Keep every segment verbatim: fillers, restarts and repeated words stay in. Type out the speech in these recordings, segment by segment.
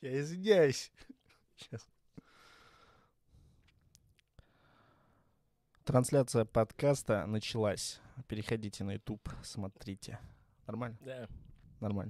Я извиняюсь. Сейчас. Трансляция подкаста началась. Переходите на YouTube, смотрите. Нормально? Да. Нормально.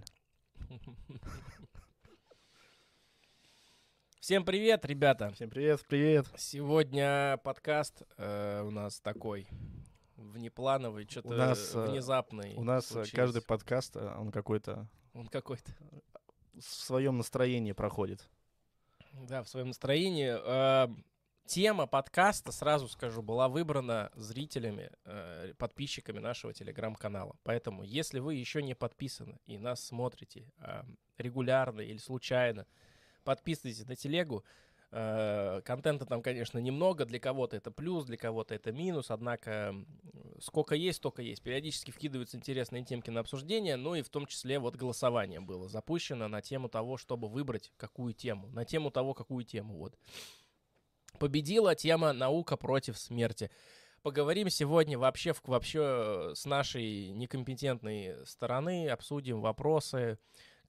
Всем привет, ребята. Всем привет, привет. Сегодня подкаст э, у нас такой внеплановый, что-то У нас, э, внезапный. У нас случился. каждый подкаст, э, он какой-то Он какой-то. в своем настроении проходит. Да, в своем настроении. Э, тема подкаста, сразу скажу, была выбрана зрителями, э, подписчиками нашего телеграм-канала. Поэтому, если вы еще не подписаны и нас смотрите э, регулярно или случайно, подписывайтесь на телегу. Э, контента там, конечно, немного. Для кого-то это плюс, для кого-то это минус. Однако сколько есть, столько есть. Периодически вкидываются интересные темки на обсуждение. Ну и в том числе вот голосование было запущено на тему того, чтобы выбрать какую тему. На тему того, какую тему. Вот. Победила тема «Наука против смерти». Поговорим сегодня вообще, вообще с нашей некомпетентной стороны. Обсудим вопросы,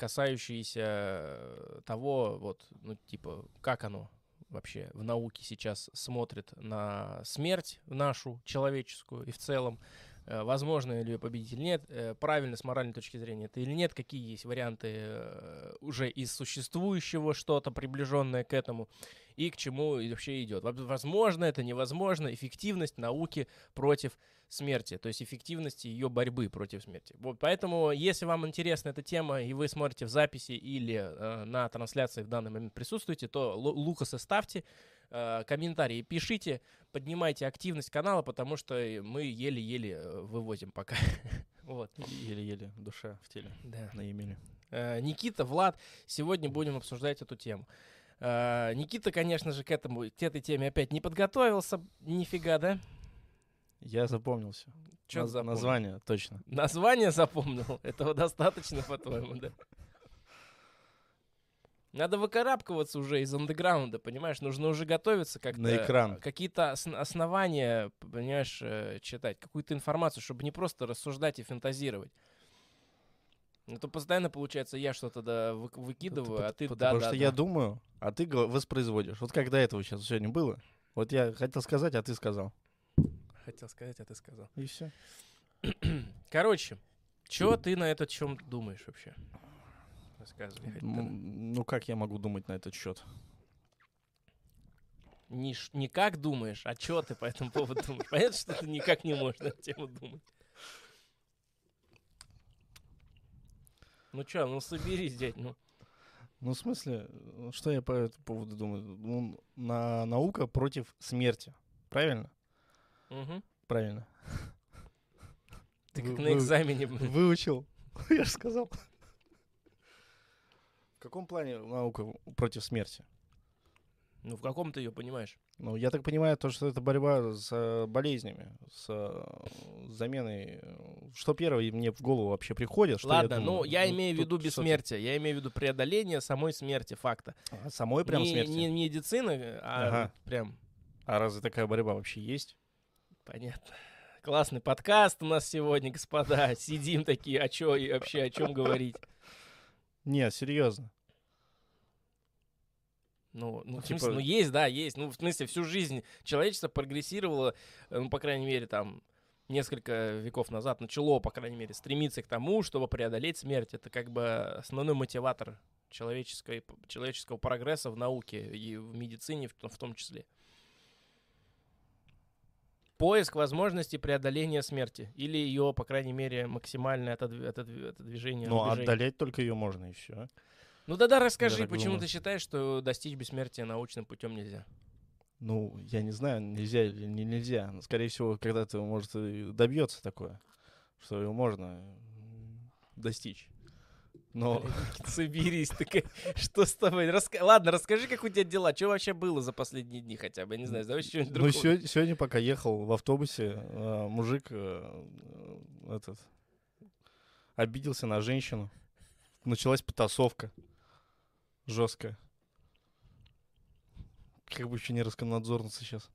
касающиеся того, вот, ну, типа, как оно вообще в науке сейчас смотрит на смерть нашу человеческую и в целом, э, возможно ли ее победить или нет, э, правильно с моральной точки зрения это или нет, какие есть варианты э, уже из существующего что-то, приближенное к этому, и к чему вообще идет. Возможно это, невозможно, эффективность науки против смерти, то есть эффективности ее борьбы против смерти. Вот, поэтому, если вам интересна эта тема, и вы смотрите в записи или э, на трансляции в данный момент присутствуете, то л- лукасы ставьте, э, комментарии пишите, поднимайте активность канала, потому что мы еле-еле вывозим пока. Вот. Еле-еле, душа в теле. Да. На Емеле. Э, Никита, Влад, сегодня будем обсуждать эту тему. Э, Никита, конечно же, к этому, к этой теме опять не подготовился, нифига, да? Я запомнился. Чё Наз- запомнил? Название, точно. Название запомнил? Этого достаточно, по-твоему, да? Надо выкарабкиваться уже из андеграунда, понимаешь? Нужно уже готовиться как-то. На экран. Какие-то ос- основания, понимаешь, э, читать. Какую-то информацию, чтобы не просто рассуждать и фантазировать. А то постоянно, получается, я что-то да, вы- выкидываю, а ты да, Потому да, что да. я думаю, а ты го- воспроизводишь. Вот как до этого сейчас сегодня было. Вот я хотел сказать, а ты сказал. Хотел сказать, а ты сказал. И все. Короче, чего ты на этот чем думаешь вообще? Рассказывай. хоть тогда. Ну как я могу думать на этот счет? Не, ш- не как думаешь, а что ты по этому поводу думаешь? Понятно, что ты никак не можешь на эту тему думать. Ну что, ну соберись, дядь, ну. Ну, в смысле, что я по этому поводу думаю? Ну, на, наука против смерти. Правильно? Угу. Правильно. Ты Вы- как на вы- экзамене, блин. Выучил. Я же сказал. В каком плане наука против смерти? Ну в каком ты ее понимаешь? Ну, я так понимаю, то, что это борьба с э, болезнями, с э, заменой. э, Что первое мне в голову вообще приходит? Что Ладно, я думаю? ну я Ну, имею в тут виду что-то- бессмертие. Я имею в виду преодоление самой смерти, факта. А, самой прям не, смерти? не медицины, а Ага. вот прям А разве такая борьба вообще есть? понятно. Классный подкаст у нас сегодня, господа. Сидим такие, а чё и вообще о чем говорить? Нет, серьезно. Ну, ну, в Типа- смысле, ну есть, да, есть. Ну, в смысле, всю жизнь человечество прогрессировало, э, ну, по крайней мере, там, несколько веков назад начало, по крайней мере, стремиться к тому, чтобы преодолеть смерть. Это как бы основной мотиватор человеческой, человеческого прогресса в науке и в медицине в, том- в том числе. Поиск возможности преодоления смерти. Или ее, по крайней мере, максимальное отодв- отодв- отодвижение. Ну, сбежение. отдалять только ее можно, и все. Ну, да-да, расскажи, так почему думаю. ты считаешь, что достичь бессмертия научным путем нельзя? Ну, я не знаю, нельзя или не нельзя. Но, скорее всего, когда-то, может, и добьется такое, что его можно м, достичь. Но Блин, соберись, такая, что с тобой? Раска- Ладно, расскажи, как у тебя дела, что вообще было за последние дни хотя бы, я не знаю, давай что-нибудь ну, другое. сё- сегодня, пока ехал в автобусе, э, мужик э, э, этот обиделся на женщину. Началась потасовка жесткая. Как бы еще не раскомнадзорнуться сейчас.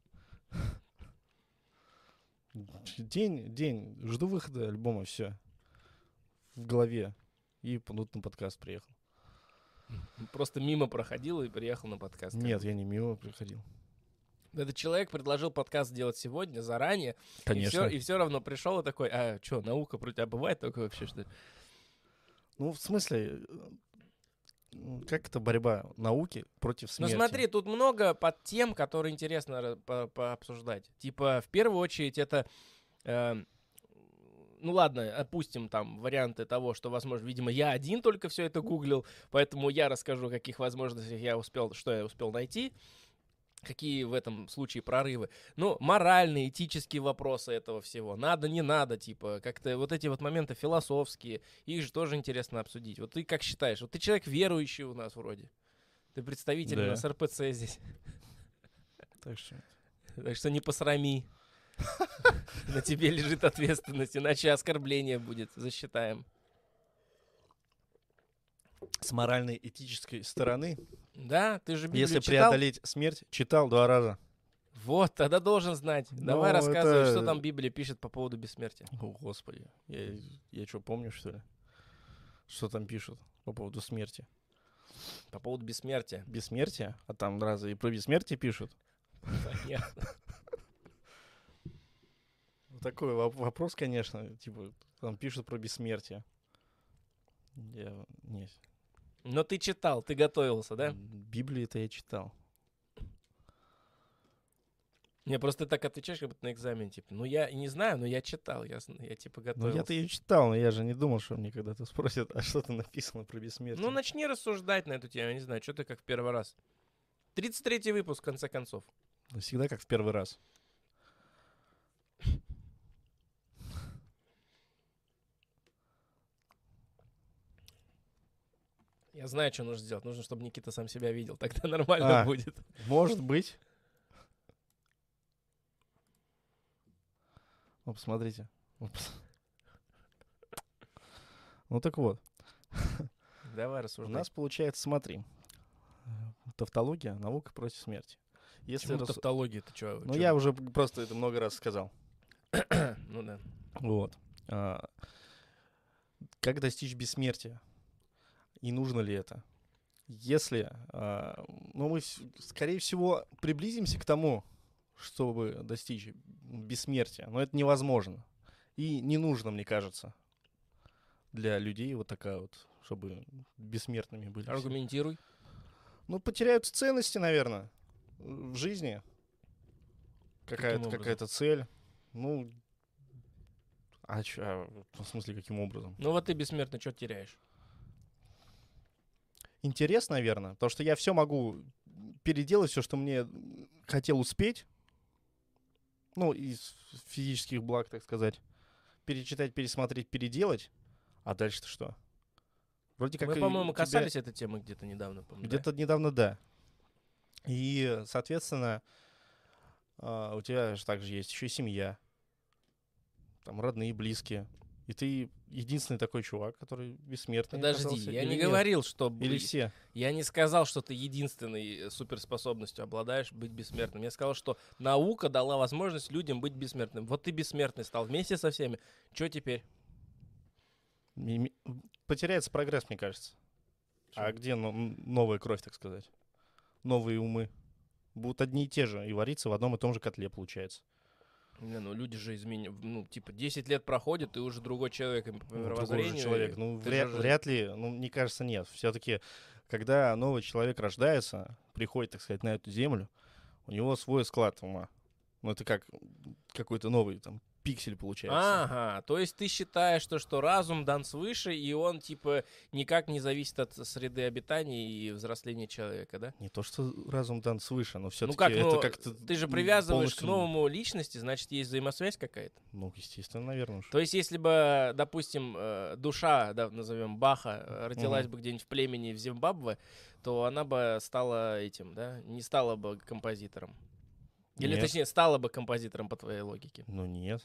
День, день. Жду выхода альбома, все. В голове. И тут на подкаст приехал. Просто мимо проходил и приехал на подкаст. Нет, я не мимо приходил. Этот человек предложил подкаст сделать сегодня, заранее. Конечно. И все, и все равно пришел и такой, а что, наука про тебя бывает такое вообще, что ли? Ну, в смысле, как это борьба науки против Ну смерти? смотри, тут много подтем, которые интересно ра- по- пообсуждать. Типа, в первую очередь, это... э, ну ладно, опустим там варианты того, что, возможно, видимо, я один только все это гуглил, поэтому я расскажу, каких возможностях я успел, что я успел найти, какие в этом случае прорывы. Ну, моральные, этические вопросы этого всего. Надо, не надо, типа, как-то вот эти вот моменты философские, их же тоже интересно обсудить. Вот ты как считаешь? Вот ты человек верующий у нас вроде. Ты представитель Да. у нас эр пэ цэ здесь. Так что... Так что не посрами. На тебе лежит ответственность, иначе оскорбление будет. Засчитаем. С моральной, этической стороны, Да, ты же Библию если читал? преодолеть смерть, читал два раза. Вот, тогда должен знать. Давай Ну, рассказывай, это- что там Библия пишет по поводу бессмертия. О, Господи, я, я что, помню, что ли? Что там пишут по поводу смерти? По поводу бессмертия. Бессмертие? А там разве и про бессмертие пишут? Понятно. Вот такой воп- вопрос, конечно, типа, там пишут про бессмертие. Я, нет. Но ты читал, ты готовился, да? Библию-то я читал. Не, просто ты так отвечаешь, как будто на экзамен, типа, ну я не знаю, но я читал, я, зн- я типа Ну, готовился. я-то ее читал, но я же не думал, что мне когда-то спросят, а что то написано про бессмертие. Ну, начни рассуждать на эту тему, я не знаю, что ты как в первый раз. тридцать третий выпуск, в конце концов. Ну, всегда как в первый раз. Я знаю, что нужно сделать. Нужно, чтобы Никита сам себя видел, тогда нормально А. будет. Может быть. Ну, посмотрите. Ну, пос- Ну, так вот. Давай У рассуждай. нас получается, смотри. э, Тавтология, наука против смерти. Если Почему рас- тавтология? Ты что? Ну, я уже просто это много раз сказал. Ну да. Вот. А, Как достичь бессмертия? И нужно ли это? Если, а, ну, мы, вс- скорее всего, приблизимся к тому, чтобы достичь бессмертия, но это невозможно. И не нужно, мне кажется, для людей вот такая вот, чтобы бессмертными были. все. Аргументируй. Ну, потеряются ценности, наверное, в жизни. Какая-то, образом? какая-то цель. Ну, а, чё, а в смысле, каким образом? Ну вот ты бессмертный, что теряешь? Интерес, наверное, потому что я все могу переделать, все, что мне хотел успеть. Ну, из физических благ, так сказать. Перечитать, пересмотреть, переделать. А дальше-то что? Вроде как Мы, и по-моему, у тебя- касались этой темы где-то недавно, по-моему, да? Где-то недавно, да. И, соответственно, а, у тебя же также есть еще и семья. Там родные, близкие. И ты единственный такой чувак, который бессмертный Подожди, оказался, я или не нет? говорил, что... б- Или все. Я не сказал, что ты единственной э, суперспособностью обладаешь быть бессмертным. Я сказал, что наука дала возможность людям быть бессмертным. Вот ты бессмертный стал вместе со всеми. Что теперь? Ми- ми- Потеряется прогресс, мне кажется. А Чё? где но- м, новая кровь, так сказать? Новые умы. Будут одни и те же, и вариться в одном и том же котле, получается. Не, ну люди же изменяют. Ну, типа, десять лет проходит, и уже другой человек им по Ну, другой же мировоззрению, человек. и Ну, ты вряд, же- вряд ли, ну, мне кажется, нет. Все-таки, когда новый человек рождается, приходит, так сказать, на эту землю, у него свой склад ума. Ну, это как какой-то новый там пиксель получается. Ага, то есть ты считаешь, то, что разум дан свыше, и он, типа, никак не зависит от среды обитания и взросления человека, да? Не то, что разум дан свыше, но все-таки Ну как, это ну, как-то ты же м, привязываешь к полностью- новому личности, значит, есть взаимосвязь какая-то. Ну, естественно, наверное. уж. То есть, если бы, допустим, э, душа, да, назовем Баха, э, родилась Мгм. бы где-нибудь в племени в Зимбабве, то она бы стала этим, да, не стала бы композитором. Или, Нет. точнее, стала бы композитором, по твоей логике. Ну, нет.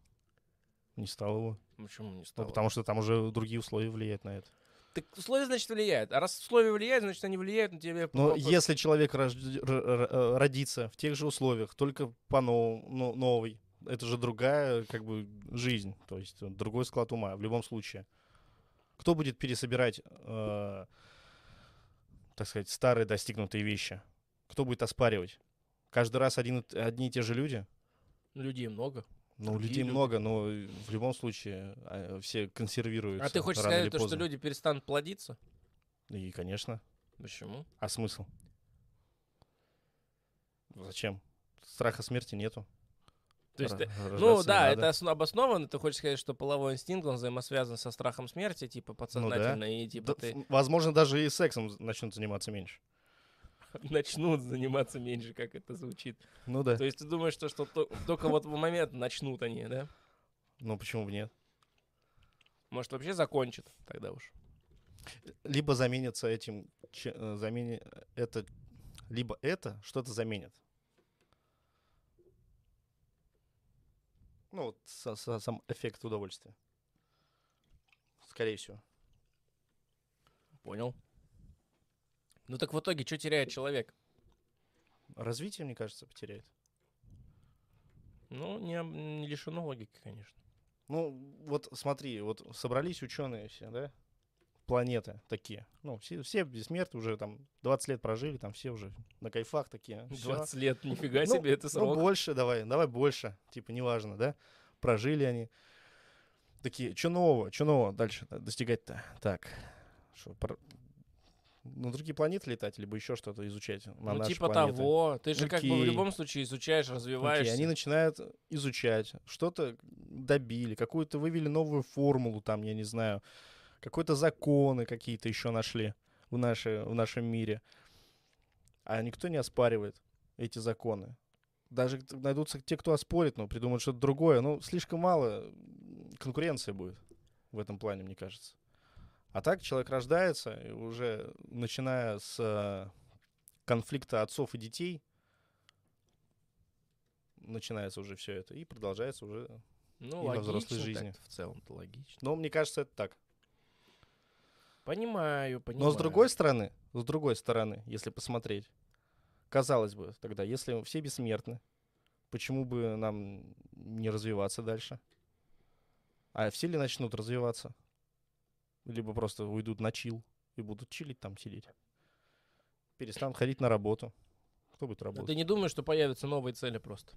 Не стал его. Почему не Ну, стала? потому что там уже другие условия влияют на это. Так условия, значит, влияют. А раз условия влияют, значит, они влияют на тебя. Но по- по- если человек рожд- р- р- э, родится в тех же условиях, только по новому, новый, это же другая как бы жизнь, то есть э, другой склад ума в любом случае. Кто будет пересобирать э, так сказать, старые достигнутые вещи? Кто будет оспаривать? Каждый раз один, одни и те же люди? Людей много. Ну, Другие людей люди. много, но в любом случае а, все консервируются. А ты хочешь рано или сказать, то, что поздно. люди перестанут плодиться? И, конечно. Почему? А смысл? Зачем? Страха смерти нету. То есть, Р- ты- рождаться ну не да, надо. это ос- обоснованно. Ты хочешь сказать, что половой инстинкт, он взаимосвязан со страхом смерти, типа подсознательно, и типа Да, ты ф- Возможно, даже и сексом начнут заниматься меньше. начнут заниматься меньше, как это звучит. Ну да. То есть ты думаешь, что, что то- только вот в момент начнут они, да? Ну почему бы нет? Может, вообще закончат тогда уж. Либо заменится этим, че- э, замени- это, либо это что-то заменит. Ну вот со- со- сам эффект удовольствия. Скорее всего. Понял. Ну так в итоге, что теряет человек? Развитие, мне кажется, потеряет. Ну, не, об- не лишено логики, конечно. Ну, вот смотри, вот собрались ученые все, да? Планеты такие. Ну, все, все бессмертные уже там двадцать лет прожили, там все уже на кайфах такие. Всё. двадцать лет, нифига Ну, себе, это Ну, срок. больше давай, давай больше. Типа, неважно, да? Прожили они. Такие, что нового, что нового дальше достигать-то? Так, что, пор- на другие планеты летать, либо еще что-то изучать на Ну, наши типа планеты? того. Ты же как бы в Окей. любом случае изучаешь, Окей, развиваешься. они начинают изучать, что-то добили, какую-то вывели новую формулу, там, я не знаю, какой-то законы какие-то еще нашли в, нашей, в нашем мире. А никто не оспаривает эти законы. Даже т- найдутся те, кто оспорит, но придумают что-то другое. Ну, слишком мало конкуренции будет в этом плане, мне кажется. А так человек рождается, и уже начиная с э, конфликта отцов и детей, начинается уже все это, и продолжается уже. Ну, и во взрослой логично жизни. так-то в целом-то логично. Но мне кажется, это так. Понимаю, понимаю. Но с другой стороны, с другой стороны, если посмотреть, казалось бы, тогда, если все бессмертны, почему бы нам не развиваться дальше? А все ли начнут развиваться? Либо просто уйдут на чил и будут чилить там, сидеть. Перестанут ходить на работу. Кто будет А работать? ты не думаешь, что появятся новые цели просто?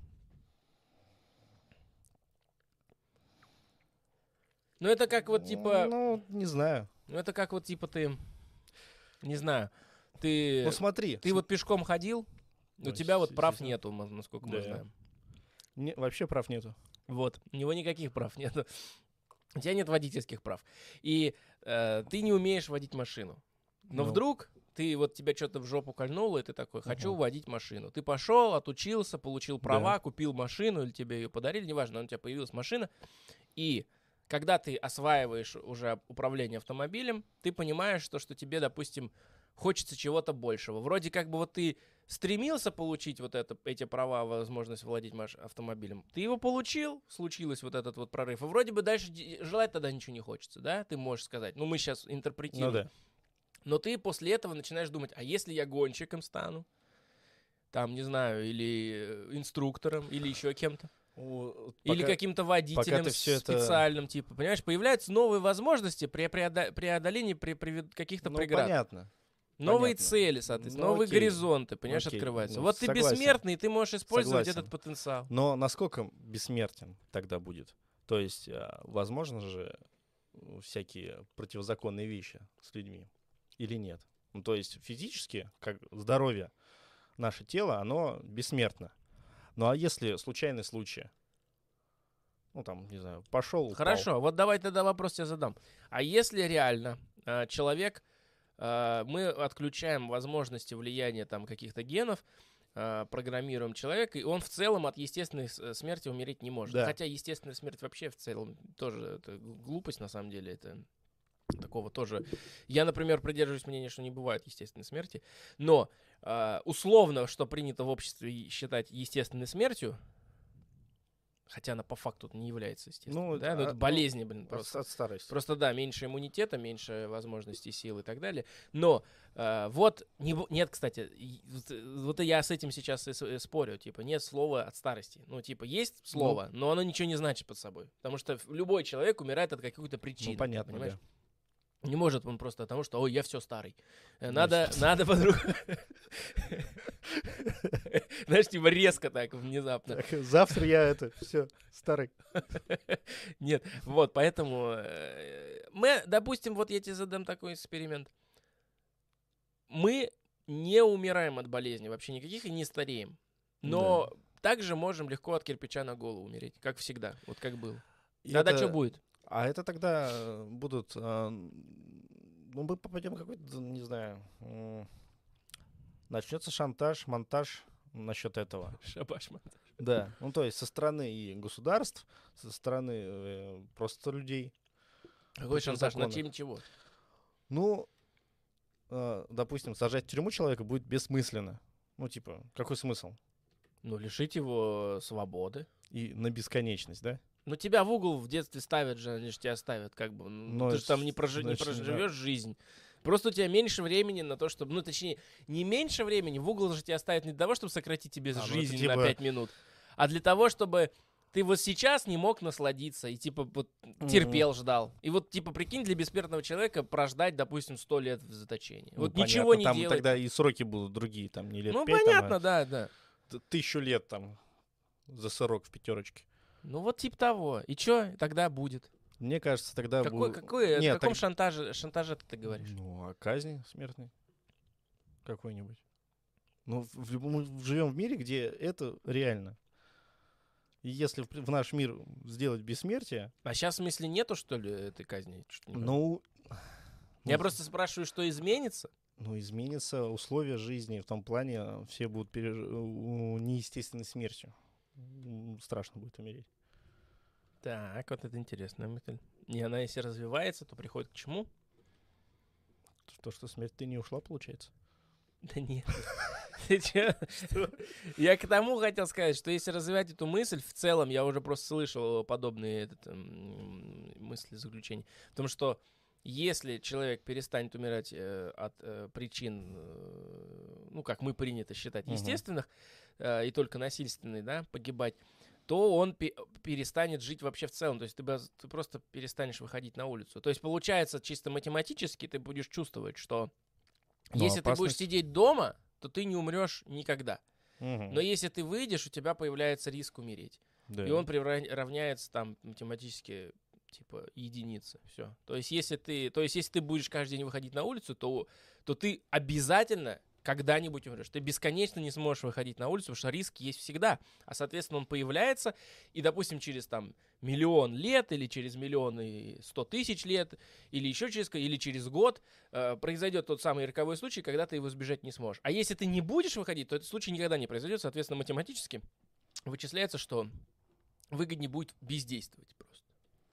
Ну, это как вот, типа... Ну, не знаю. Ну, это как вот, типа, ты... Не знаю. Ты... Ну, смотри. Ты вот пешком ходил, у Ой, тебя вот с- прав с- нету, м- насколько мы Да. знаем. Не- вообще прав нету. Вот. У него никаких прав нету. У тебя нет водительских прав. И э, ты не умеешь водить машину. Но Ну. вдруг ты вот тебя что-то в жопу кольнуло, и ты такой, хочу Мгм. водить машину. Ты пошел, отучился, получил права, Да. купил машину, или тебе ее подарили, неважно, но у тебя появилась машина. И когда ты осваиваешь уже управление автомобилем, ты понимаешь, что, что тебе, допустим, хочется чего-то большего. Вроде как бы вот ты стремился получить вот это, эти права, возможность владеть маш- автомобилем. Ты его получил, случилось вот этот вот прорыв. И вроде бы дальше д- желать тогда ничего не хочется, да? Ты можешь сказать. Ну, мы сейчас интерпретируем. Ну да. Но ты после этого начинаешь думать, а если я гонщиком стану? Там, не знаю, или э, инструктором, или еще кем-то. У- Или пока- каким-то водителем ты всё это- специальным, типа, понимаешь? Появляются новые возможности при преодо- преодолении при, при- каких-то Ну, преград. понятно. Новые понятно. цели, соответственно, Ну, новые окей. горизонты, понимаешь, Окей. открываются. Ну, Вот ты согласен. бессмертный, и ты можешь использовать Согласен. этот потенциал. Но насколько бессмертен тогда будет? То есть, а, возможно же ну, всякие противозаконные вещи с людьми или нет? Ну, то есть физически, как здоровье, наше тело, оно бессмертно. Ну а если случайный случай? Ну там, не знаю, пошел, упал. Хорошо, вот давай тогда вопрос тебе задам. А если реально э, человек, э, мы отключаем возможности влияния там каких-то генов, э, программируем человека, и он в целом от естественной с- смерти умереть не может. Да. Хотя естественная смерть вообще в целом тоже это глупость на самом деле, это такого тоже. Я, например, придерживаюсь мнения, что не бывает естественной смерти, но э, условно, что принято в обществе и считать естественной смертью, хотя она по факту не является естественной, Ну, да, но а, это ну, болезни, блин, От, просто. от старости. Просто, да, меньше иммунитета, меньше возможностей, сил и так далее. Но э, вот, не, бу- нет, кстати, и вот, э, вот я с этим сейчас и с- э, спорю, типа, нет слова от старости. Ну, типа, есть слово, но оно ничего не значит под собой. Потому что любой человек умирает от какой-то причины. Ну, понятно, понимаешь? да. Не может он просто потому, что, ой, я все старый. Надо, надо по-другому. Знаешь, типа резко так, внезапно. Так, завтра я это, все, старый. Нет, вот, поэтому э, мы, допустим, вот я тебе задам такой эксперимент. Мы не умираем от болезней вообще никаких и не стареем. Но Да. также можем легко от кирпича на голову умереть, как всегда, вот как было. И Тогда это- что будет? А это тогда э, будут... а, ну, мы попадем в какой-то, не знаю... м, начнется шантаж, монтаж насчет этого. Шабаш-ман. Да. Ну, то есть со стороны и государств, со стороны э, просто людей. Какой Путем шантаж? На закона. теме чего? Ну, э, допустим, сажать в тюрьму человека будет бессмысленно. Ну, типа, какой смысл? Ну, лишить его свободы. И на бесконечность, да? Ну, тебя в угол в детстве ставят же, они же тебя ставят, как бы. Ну, Ну, ты это же там ж- не, прожи- не значит, да. проживешь жизнь. Просто у тебя меньше времени на то, чтобы... Ну, точнее, не меньше времени. В угол же тебя ставят не для того, чтобы сократить тебе А, ну, это жизнь типа- на пять минут, а для того, чтобы ты вот сейчас не мог насладиться и, типа, вот терпел, ждал. И вот, типа, прикинь, для бессмертного человека прождать, допустим, сто лет в заточении. Ну, вот понятно, ничего не там делать. тогда и сроки будут другие, там не лет Ну, пять, понятно, там, а да, да. т- тысячу лет там за сырок в пятерочке. Ну, вот типа того. И что тогда будет? Мне кажется, тогда Какой, будет... какой, о Нет, каком так- шантаже, шантаже ты говоришь? Ну, а казни смертной какой-нибудь. Ну, в, в любом- мы живем в мире, где это реально. И если в, при- в наш мир сделать бессмертие, А сейчас, в смысле, нету, что ли, этой казни? Что-то не понимаю. ну, Я ну, просто спрашиваю, что изменится? ну, изменятся условия жизни. В том плане э, все будут переж... у- неестественной смертью. М, Страшно будет умереть. Так, вот это интересная мысль. И она, если развивается, то приходит к чему? То, что смерть ты не ушла, получается. Да нет. Ты чё? Что? Я к тому хотел сказать, что если развивать эту мысль, в целом, я уже просто слышал подобные этот, м, мысли, заключения. В том, что если человек перестанет умирать э, от э, причин, э, ну, как мы принято считать, Мгм. естественных, э, и только насильственный, да, погибать, то он пе- перестанет жить вообще в целом. То есть ты, бы- ты просто перестанешь выходить на улицу. То есть получается, чисто математически ты будешь чувствовать, что Но если ты будешь опасность- сидеть дома, то ты не умрешь никогда. Мгм. Но если ты выйдешь, у тебя появляется риск умереть. Да. И он превра- равняется там математически типа единицы. Все. То есть, если ты, то есть, если ты будешь каждый день выходить на улицу, то, то ты обязательно когда-нибудь умрешь. Ты бесконечно не сможешь выходить на улицу, потому что риск есть всегда. А, соответственно, он появляется, и, допустим, через там миллион лет, или через миллион и сто тысяч лет, или еще через, или через год э, произойдет тот самый роковой случай, когда ты его избежать не сможешь. А если ты не будешь выходить, то этот случай никогда не произойдет. Соответственно, математически вычисляется, что выгоднее будет бездействовать просто.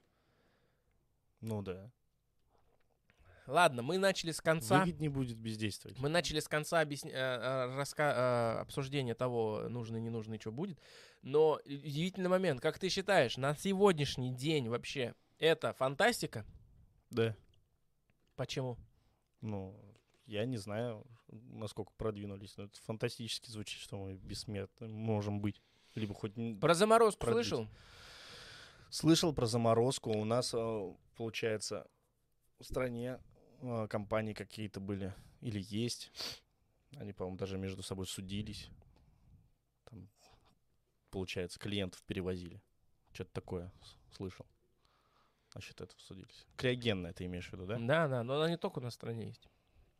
Ну да. Ладно, мы начали с конца. Выгоднее будет бездействовать. Мы начали с конца объясня- э, э, раска- э, обсуждения того, нужно, не нужно и что будет. Но удивительный момент. Как ты считаешь, на сегодняшний день вообще это фантастика? Да. Почему? Ну, я не знаю, насколько продвинулись, но это фантастически звучит, что мы бессмертны можем быть. Либо хоть... н- Про заморозку Продлить. слышал? Слышал про заморозку. У нас, э, получается, в стране э, компании какие-то были или есть. Они, по-моему, даже между собой судились. Там, получается, клиентов перевозили. Что-то такое с- слышал. Насчет этого судились. Криогенное ты имеешь в виду, да? Да, да, но она не только у нас в стране есть.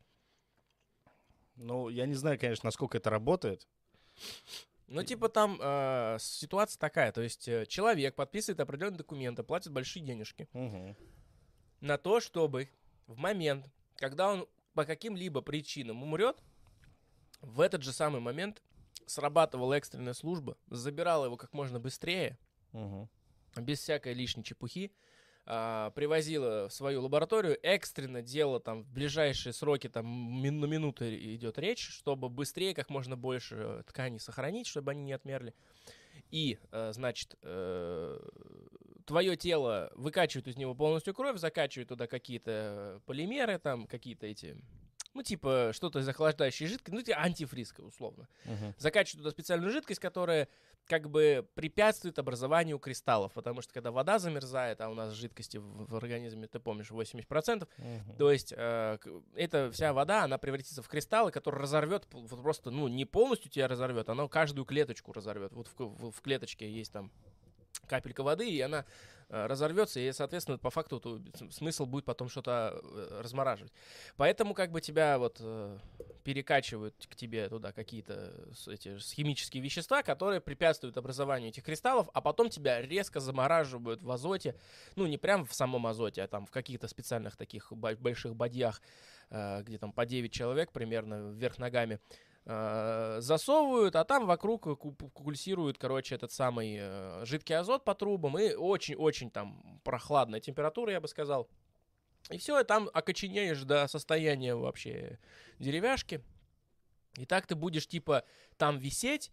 Ну, я не знаю, конечно, насколько это работает. Ну, типа там э, ситуация такая, то есть э, человек подписывает определенные документы, платит большие денежки Мгм. на то, чтобы в момент, когда он по каким-либо причинам умрет, в этот же самый момент срабатывала экстренная служба, забирала его как можно быстрее, Мгм. без всякой лишней чепухи, а, привозила в свою лабораторию, экстренно делала там в ближайшие сроки, там мин- на минуты идет речь, чтобы быстрее как можно больше э, тканей сохранить, чтобы они не отмерли. И, э, значит, э, твое тело выкачивает из него полностью кровь, закачивает туда какие-то полимеры, там какие-то эти, ну, типа, что-то из охлаждающей жидкости, ну, типа антифриз, условно. Мгм. Закачивают туда специальную жидкость, которая как бы препятствует образованию кристаллов, потому что когда вода замерзает, а у нас жидкости в, в организме, ты помнишь, восемьдесят процентов, Мгм. то есть э, к- эта вся вода, она превратится в кристаллы, которые разорвет, п- вот просто, ну, не полностью тебя разорвет, она каждую клеточку разорвет. Вот в, к- в- в клеточке есть там капелька воды, и она э, разорвется, и, соответственно, по факту то, с- смысл будет потом что-то э, размораживать. Поэтому как бы тебя вот э, перекачивают к тебе туда какие-то с- эти с- химические вещества, которые препятствуют образованию этих кристаллов, а потом тебя резко замораживают в азоте, ну не прям в самом азоте, а там в каких-то специальных таких бо- больших бадьях, э, где там по девять человек примерно вверх ногами, э, засовывают, а там вокруг ку- пульсирует, короче, этот самый э, жидкий азот по трубам, и очень-очень там прохладная температура, я бы сказал. И все, там окоченеешь до состояния вообще деревяшки. И так ты будешь, типа, там висеть,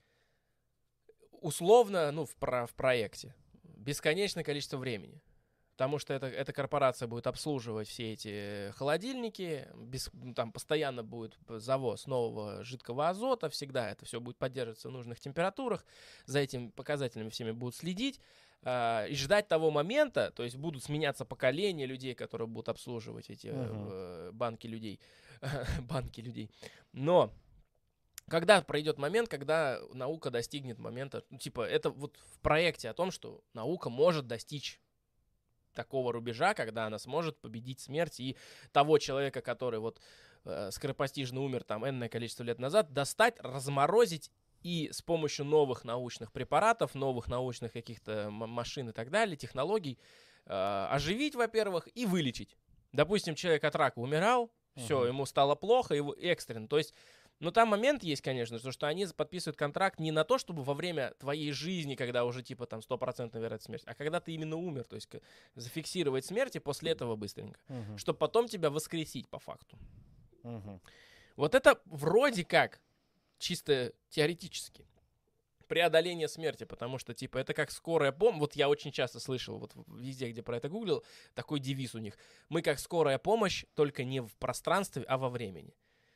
условно, ну, в, про- в проекте, бесконечное количество времени. Потому что это, эта корпорация будет обслуживать все эти холодильники, без, ну, там постоянно будет завоз нового жидкого азота, всегда это все будет поддерживаться в нужных температурах, за этими показателями всеми будут следить э, и ждать того момента, то есть будут сменяться поколения людей, которые будут обслуживать эти Мгм. э, банки людей, банки людей. Но когда пройдет момент, когда наука достигнет момента, ну, типа, это вот в проекте о том, что наука может достичь такого рубежа, когда она сможет победить смерть и того человека, который вот э, скоропостижно умер там энное количество лет назад, достать, разморозить и с помощью новых научных препаратов, новых научных каких-то м- машин и так далее, технологий, э, оживить, во-первых, и вылечить. Допустим, человек от рака умирал, все, Мгм. ему стало плохо, его экстренно. То есть, ну там момент есть, конечно, то, что они подписывают контракт не на то, чтобы во время твоей жизни, когда уже типа там стопроцентная вероятность смерти, а когда ты именно умер, то есть к- зафиксировать смерть и после этого быстренько, Мгм. чтобы потом тебя воскресить по факту. Мгм. Вот это вроде как чисто теоретически преодоление смерти, потому что, типа, это как скорая помощь. Вот я очень часто слышал, вот везде, где про это гуглил, такой девиз у них. Мы как скорая помощь, только не в пространстве, а во времени.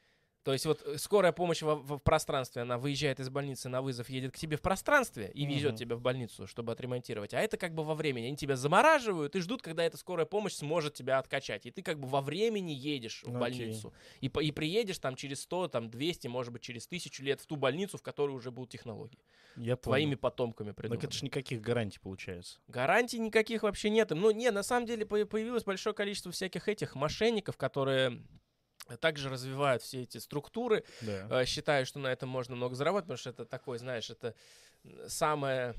То есть вот э, скорая помощь во- в, пространстве, она выезжает из больницы на вызов, едет к тебе в пространстве и везет Мгм. тебя в больницу, чтобы отремонтировать. А это как бы во времени. Они тебя замораживают и ждут, когда эта скорая помощь сможет тебя откачать. И ты как бы во времени едешь в Ну, окей. больницу. И, по- и приедешь там через сто, там двести, может быть, через тысячу лет в ту больницу, в которой уже будут технологии. Я Твоими понял. потомками Так придуманы. это ж никаких гарантий получается. Гарантий никаких вообще нет. Ну, не, на самом деле по- появилось большое количество всяких этих мошенников, которые также развивают все эти структуры, Да. э, считаю, что на этом можно много заработать, потому что это такой, знаешь, это самая,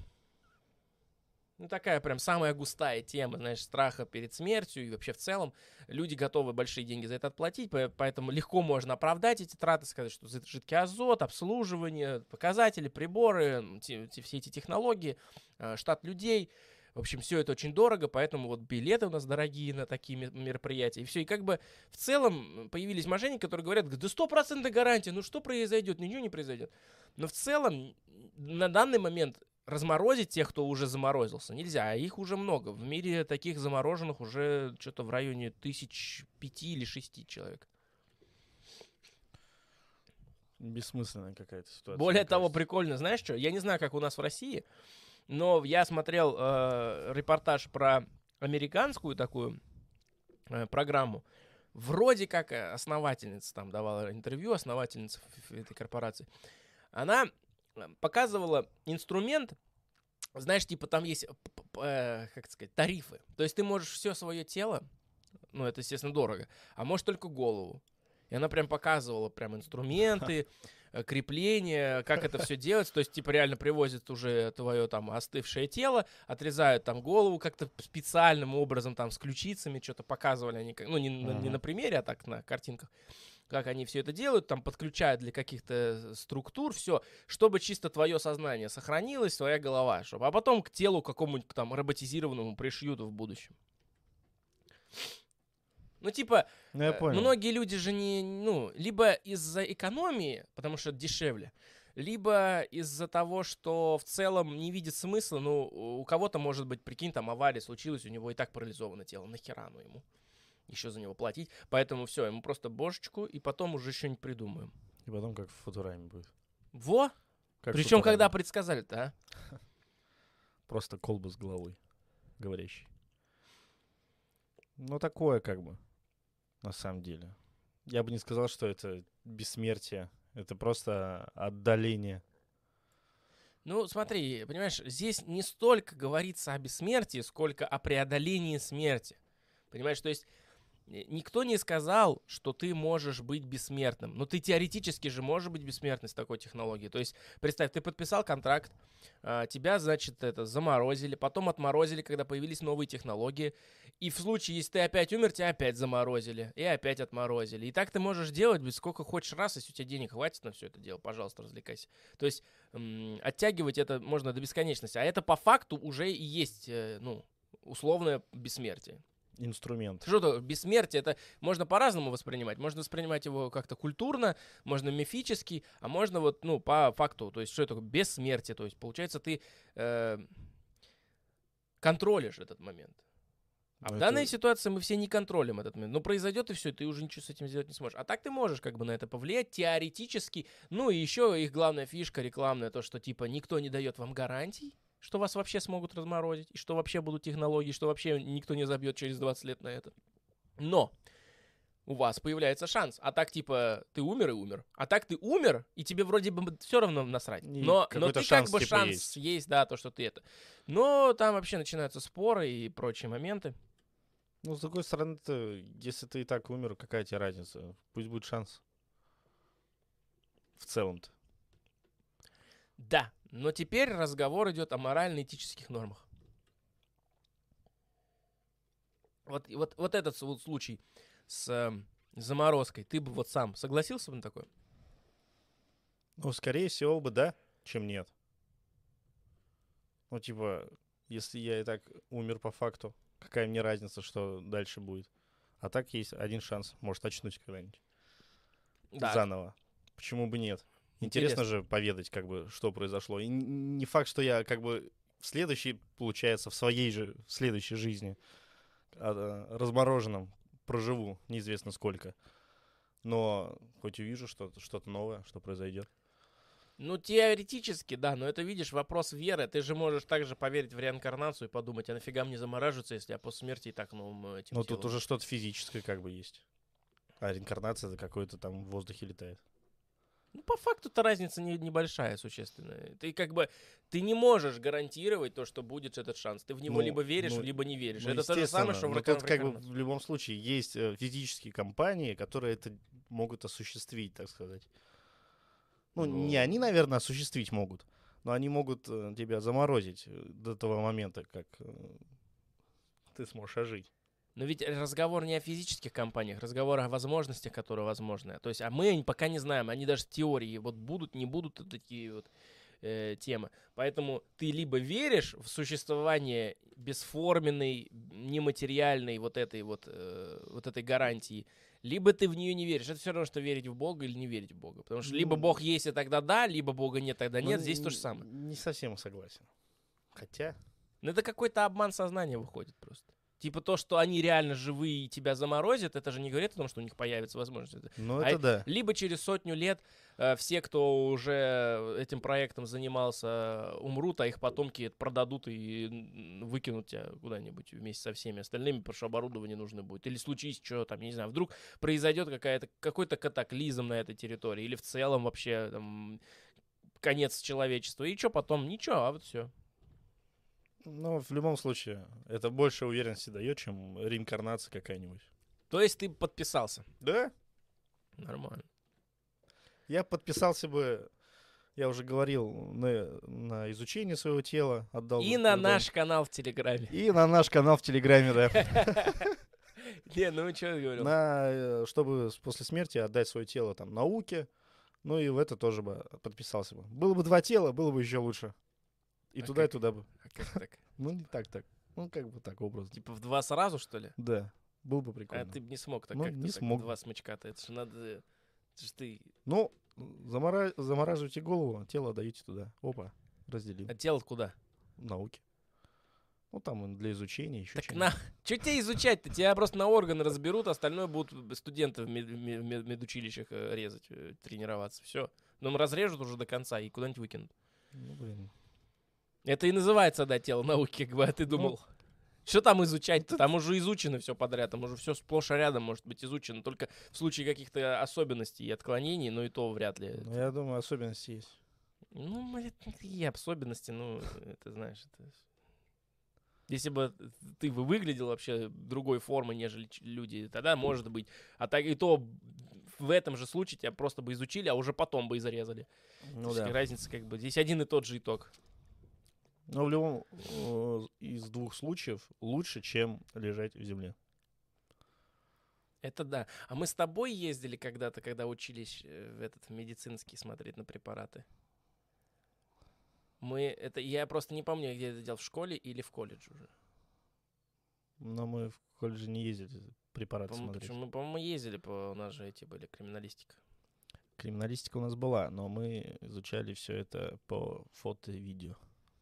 ну такая прям самая густая тема, знаешь, страха перед смертью и вообще в целом люди готовы большие деньги за это отплатить, по- поэтому легко можно оправдать эти траты, сказать, что за жидкий азот, обслуживание, показатели, приборы, м, те- те- все эти технологии, э, штат людей. В общем, все это очень дорого, поэтому вот билеты у нас дорогие на такие ме- мероприятия. И все, и как бы в целом появились мошенники, которые говорят, да стопроцентная гарантия, ну что произойдет? Ничего не произойдет. Но в целом на данный момент разморозить тех, кто уже заморозился, нельзя, а их уже много. В мире таких замороженных уже что-то в районе тысяч пяти или шести человек. Бессмысленная какая-то ситуация. Более мне того, кажется. прикольно, знаешь что? Я не знаю, как у нас в России, но я смотрел э, репортаж про американскую такую э, программу. Вроде как э, основательница там давала интервью, основательница ф- ф- этой корпорации. Она э, показывала инструмент, знаешь, типа там есть, п- п- э, как это сказать, тарифы. То есть ты можешь все свое тело, ну это, естественно, дорого, а можешь только голову. И она прям показывала прям инструменты, э, крепления, как это все делать. То есть, типа, реально привозят уже твое там остывшее тело, отрезают там голову как-то специальным образом, там, с ключицами, что-то показывали они, как- ну, не, на- не Ага. на примере, а так на картинках, как они все это делают, там, подключают для каких-то структур, все, чтобы чисто твое сознание сохранилось, твоя голова, чтобы, а потом к телу какому-нибудь там роботизированному пришьют в будущем. Ну, типа, Ну, я э, понял. многие люди же не, ну, либо из-за экономии, потому что это дешевле, либо из-за того, что в целом не видит смысла, ну, у кого-то, может быть, прикинь, там авария случилась, у него и так парализовано тело, нахера оно ему? еще за него платить. Поэтому все, ему просто бошечку, и потом уже что-нибудь придумаем. И потом как в Футураме будет. Во! Как Причем, Футураме. когда предсказали-то, а? Просто колба с головой говорящий. Ну, такое как бы, на самом деле. Я бы не сказал, что это бессмертие. Это просто отдаление. Ну, смотри, понимаешь, здесь не столько говорится о бессмертии, сколько о преодолении смерти. Понимаешь, то есть никто не сказал, что ты можешь быть бессмертным. Но ты теоретически же можешь быть бессмертным с такой технологией. То есть, представь, ты подписал контракт, а, тебя, значит, это заморозили, потом отморозили, когда появились новые технологии. И в случае, если ты опять умер, тебя опять заморозили. И опять отморозили. И так ты можешь делать без сколько хочешь раз, если у тебя денег хватит на все это дело, пожалуйста, развлекайся. То есть, м- оттягивать это можно до бесконечности. А это по факту уже и есть, э, ну, условное бессмертие. Инструмент. Что то бессмертие, это можно по-разному воспринимать. Можно воспринимать его как-то культурно, можно мифически, а можно вот, ну, по факту. То есть, что это такое бессмертие? То есть, получается, ты э, контролишь этот момент. А Ну, в это- данной ситуации мы все не контролим этот момент. Ну, произойдет и все, ты уже ничего с этим сделать не сможешь. А так ты можешь как бы на это повлиять теоретически. Ну, и еще их главная фишка рекламная, то, что типа никто не дает вам гарантий, что вас вообще смогут разморозить, и что вообще будут технологии, что вообще никто не забьет через двадцать лет на это. Но у вас появляется шанс. А так, типа, ты умер и умер. А так ты умер, и тебе вроде бы все равно насрать. И Но, но какой-то ты шанс, как бы типа, шанс есть. есть, да, то, что ты это. Но там вообще начинаются споры и прочие моменты. Ну, с другой стороны-то, если ты и так умер, какая тебе разница? Пусть будет шанс. В целом-то. Да, но теперь разговор идет о морально-этических нормах. Вот, и вот, вот этот вот случай с э, заморозкой, ты бы вот сам согласился бы на такое? Ну, скорее всего бы да, чем нет. Ну, типа, если я и так умер по факту, какая мне разница, что дальше будет? А так есть один шанс, может очнуть когда-нибудь. Да. Заново. Почему бы нет? Интересно. Интересно же поведать, как бы, что произошло. И н- не факт, что я, как бы, в следующей, получается, в своей же, в следующей жизни а, а, размороженном проживу неизвестно сколько. Но хоть увижу что-то, что-то новое, что произойдет. Ну, теоретически, да, но это, видишь, вопрос веры. Ты же можешь также поверить в реинкарнацию и подумать, а нафига мне замораживаться, если я после смерти и так новым этим Но тут телом? уже что-то физическое как бы есть. А реинкарнация это какой-то там в воздухе летает. Ну, по факту-то разница не, небольшая, существенная. Ты как бы, ты не можешь гарантировать то, что будет этот шанс. Ты в него Ну, либо веришь, ну, либо не веришь. Ну, это то же самое, что в, но река- тут в как бы реинкарнации. в любом случае есть э, физические компании, которые это могут осуществить, так сказать. Ну, не Ну. они, наверное, осуществить могут, но они могут э, тебя заморозить э, до того момента, как э, ты сможешь ожить. Но ведь разговор не о физических компаниях, разговор о возможностях, которые возможны. То есть, а мы пока не знаем, они даже в теории вот будут, не будут вот такие вот э, темы. Поэтому ты либо веришь в существование бесформенной, нематериальной вот этой вот, э, вот этой гарантии, либо ты в нее не веришь. Это все равно, что верить в Бога или не верить в Бога. Потому что либо Ну, Бог есть, и тогда да, либо Бога нет, тогда нет. Ну, Здесь то н- же самое. Не совсем согласен. Хотя... Но это какой-то обман сознания выходит просто. Типа то, что они реально живые и тебя заморозят, это же не говорит о том, что у них появится возможность. Это- Ну, А это э- да. Либо через сотню лет э, все, кто уже этим проектом занимался, умрут, а их потомки это продадут и м, выкинут тебя куда-нибудь вместе со всеми остальными, потому что оборудование нужно будет. Или случись что там, я не знаю, вдруг произойдет какая-то, какой-то катаклизм на этой территории, или в целом вообще там, конец человечества. И что потом? Ничего, а вот все. Но в любом случае, это больше уверенности дает, чем реинкарнация какая-нибудь. То есть ты подписался. Да? Нормально. Я подписался бы, я уже говорил, на, на изучение своего тела, отдал И бы на трудом. наш канал в Телеграме. И на наш канал в Телеграме, да. Не, ну что я говорил? На, э, чтобы с- после смерти отдать свое тело там науке, ну и в это тоже бы подписался бы. Было бы два тела, было бы еще лучше. И А туда, и как? туда бы. А как так? Ну, не так так. Ну, как бы так, образно. Типа в два сразу, что ли? Да, был бы А прикольно. ты бы не смог так, Ну, как не ты так, смог. два смычка-то. Это же надо... Это ж ты... Ну, замора- замораживайте голову, тело отдаете туда. Опа, разделил. А тело куда? Науки. Ну, там для изучения еще Так что-нибудь. на... Что тебе изучать-то? Тебя просто на органы разберут, остальное будут студенты в мед- мед- мед- медучилищах э, резать, э, тренироваться. Все. Но разрежут уже до конца и куда-нибудь выкинут. Ну, блин. Это и называется, да, тело науки, как бы, а ты думал. Ну, Что там изучать-то? Там уже изучено все подряд, там уже все сплошь и рядом может быть изучено. Только в случае каких-то особенностей и отклонений, но и то вряд ли. ну, я думаю, особенности есть. Ну, это и особенности, ну, это знаешь, это... Если бы ты бы выглядел вообще другой формы, нежели ч- люди, тогда может быть. А так и то в этом же случае тебя просто бы изучили, а уже потом бы и зарезали. Ну, То есть да. разница как бы. Здесь один и тот же итог. Но в любом э, из двух случаев лучше, чем лежать в земле. Это да. А мы с тобой ездили когда-то, когда учились э, в этот в медицинский смотреть на препараты. Мы это я просто не помню, где это делал, в школе или в колледже уже. Но мы в колледже не ездили препараты По-моему, смотреть. почему- мы, по-моему, ездили, по, у нас же эти были криминалистика. Криминалистика у нас была, но мы изучали все это по фото и видео.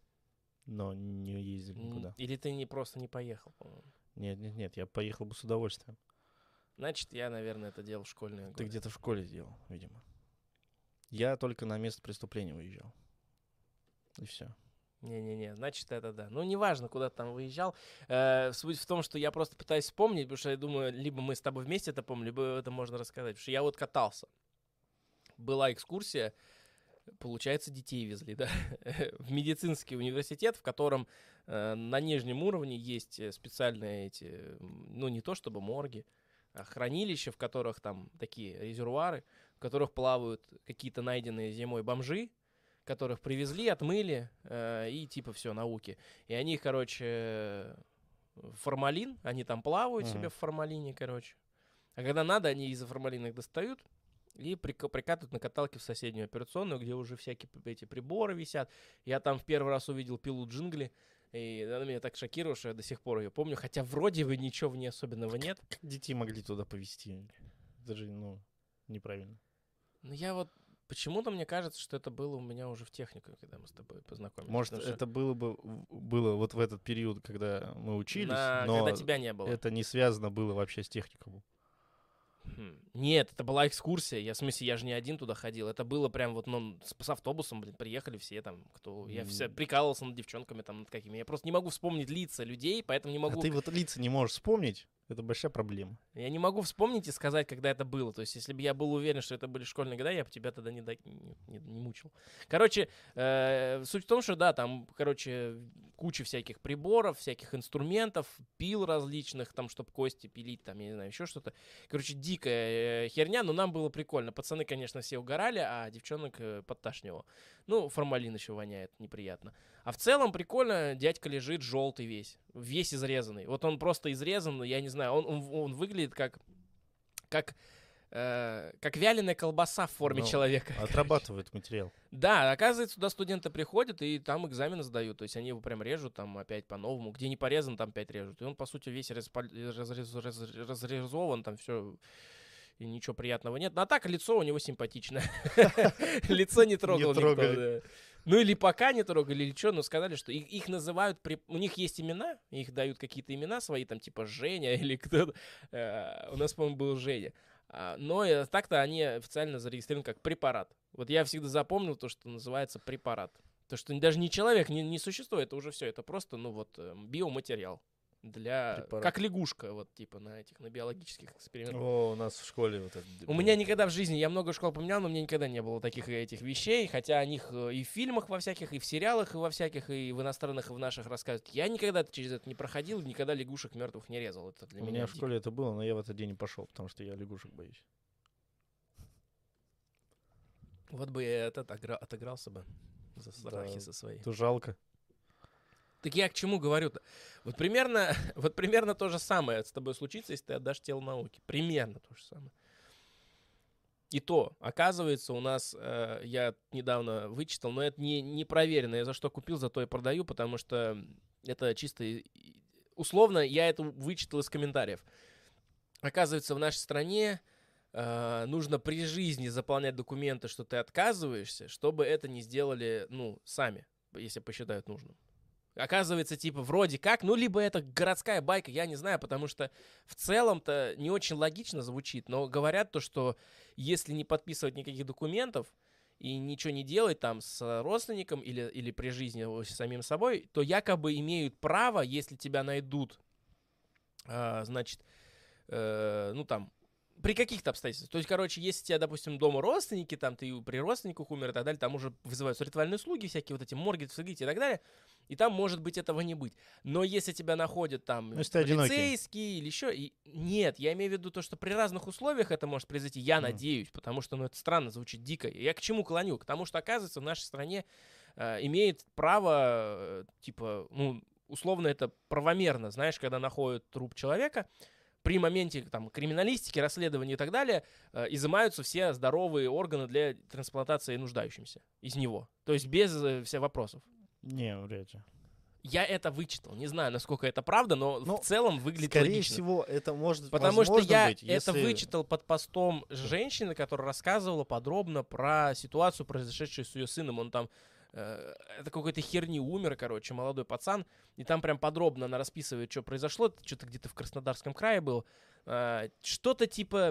Но не ездили М, никуда. Или ты не просто не поехал, по-моему. Нет, нет, нет, я поехал бы с удовольствием. Значит, я, наверное, это делал в школьные Ты годы. где-то в школе сделал, видимо. Я только на место преступления выезжал. И все. Не-не-не, значит, это да. Ну, неважно, куда ты там выезжал. Э, суть в том, что я просто пытаюсь вспомнить, потому что я думаю, либо мы с тобой вместе это помним, либо это можно рассказать. Потому что я вот катался. Была экскурсия, получается, детей везли, да, в медицинский университет, в котором э, на нижнем уровне есть э, специальные эти, м, ну, не то чтобы морги, а хранилища, в которых там такие резервуары, в которых плавают какие-то найденные зимой бомжи, которых привезли, отмыли, э, и типа все, науки. И они, короче, формалин, они там плавают Мгм. себе в формалине, короче. А когда надо, они из-за формалина их достают и прик- прикатывают на каталке в соседнюю операционную, где уже всякие п- эти приборы висят. Я там в первый раз увидел пилу Джингли, и она меня так шокировала, что я до сих пор ее помню. Хотя вроде бы ничего в ней особенного нет. Как детей могли туда повезти? Это же, ну, неправильно. Но я вот... Почему-то мне кажется, что это было у меня уже в технику, когда мы с тобой познакомились. Может, Потому что это было бы в- было вот в этот период, когда мы учились, на- но когда тебя не было. это не связано было вообще с техникумом. Хм. Нет, это была экскурсия. Я, в смысле, я же не один туда ходил. Это было прям вот, ну, с, с автобусом, блин, приехали все там, кто... Я все М. прикалывался над девчонками там, над какими. Я просто не могу вспомнить лица людей, поэтому не могу... А ты вот лица не можешь вспомнить, это большая проблема. Я не могу вспомнить и сказать, когда это было. То есть, если бы я был уверен, что это были школьные года, я бы тебя тогда не, до- не, не- не мучил. Короче, э, суть в том, что да, там, короче, куча всяких приборов, всяких инструментов, пил различных, там, чтобы кости пилить, там, я не знаю, еще что-то. Короче, дикая э, херня, но нам было прикольно. Пацаны, конечно, все угорали, а девчонок э, подташнивало. Ну, формалин еще воняет, неприятно. А в целом прикольно, дядька лежит желтый весь, весь изрезанный. Вот он просто изрезан, я не знаю, он, он, он выглядит как, как, э, как вяленая колбаса в форме Ну, человека. Отрабатывает материал. Да, оказывается, туда студенты приходят и там экзамен сдают. То есть они его прям режут там опять по-новому. Где не порезан, там опять режут. И он, по сути, весь распаль- разрез- раз- разрезован, там все... И ничего приятного нет. Ну, а так лицо у него симпатичное. Лицо не трогал никто. трогали. Да. Ну, или пока не трогали, или что, но сказали, что их, их называют... При... У них есть имена, их дают какие-то имена свои, там, типа Женя или кто-то. Э, У нас, по-моему, был Женя. А, Но э, так-то они официально зарегистрированы как препарат. Вот я всегда запомнил то, что называется препарат. То, что даже не человек, не, не существо, это уже все. Это просто, ну вот, э, биоматериал. Для... Препарат. Как лягушка, вот, типа, на этих, на биологических экспериментах. О, у нас в школе вот это. У меня никогда в жизни, я много школ поменял, но у меня никогда не было таких этих вещей, хотя о них э, и в фильмах во всяких, и в сериалах, и во всяких, и в иностранных, и в наших рассказывают. Я никогда через это не проходил, никогда лягушек мертвых не резал. Это для У меня меня в дико. школе это было, но я в этот день не пошел, потому что я лягушек боюсь. Вот бы я этот огра- отыгрался бы за страхи Да. со своей. То жалко. Так я к чему говорю-то? Вот примерно, вот примерно то же самое с тобой случится, если ты отдашь тело науке. Примерно то же самое. И то, оказывается, у нас, э, я недавно вычитал, но это не, не проверено. Я за что купил, за то и продаю, потому что это чисто... и- и- Условно, я это вычитал из комментариев. Оказывается, в нашей стране э, нужно при жизни заполнять документы, что ты отказываешься, чтобы это не сделали, ну, сами, если посчитают нужным. Оказывается, типа, вроде как, ну, либо это городская байка, я не знаю, потому что в целом-то не очень логично звучит, но говорят то, что если не подписывать никаких документов и ничего не делать там с родственником или, или при жизни с самим собой, то якобы имеют право, если тебя найдут, э, значит, э, ну, там, при каких-то обстоятельствах. То есть, короче, если у тебя, допустим, дома родственники, там ты при родственниках умер и так далее, там уже вызываются ритуальные услуги, всякие вот эти морги, вскрытия и так далее, и там может быть этого не быть. Но если тебя находят там Ну, полицейские или еще... И... Нет, я имею в виду то, что при разных условиях это может произойти, я mm. надеюсь, потому что, ну, это странно звучит, дико. Я к чему клоню? К тому, что, оказывается, в нашей стране э, имеет право, э, типа, ну, условно это правомерно, знаешь, когда находят труп человека, при моменте там, криминалистики, расследования и так далее э, изымаются все здоровые органы для трансплантации нуждающимся из него. То есть без э, всех вопросов. Не, вряд ли. Я это вычитал. Не знаю, насколько это правда, но ну, в целом выглядит скорее логично. Скорее всего, это может Потому что я быть, это если... вычитал под постом женщины, которая рассказывала подробно про ситуацию, произошедшую с ее сыном. Он там э, это какой-то херни умер, короче, молодой пацан. И там прям подробно она расписывает, что произошло. Что-то где-то в Краснодарском крае был. Э, что-то типа...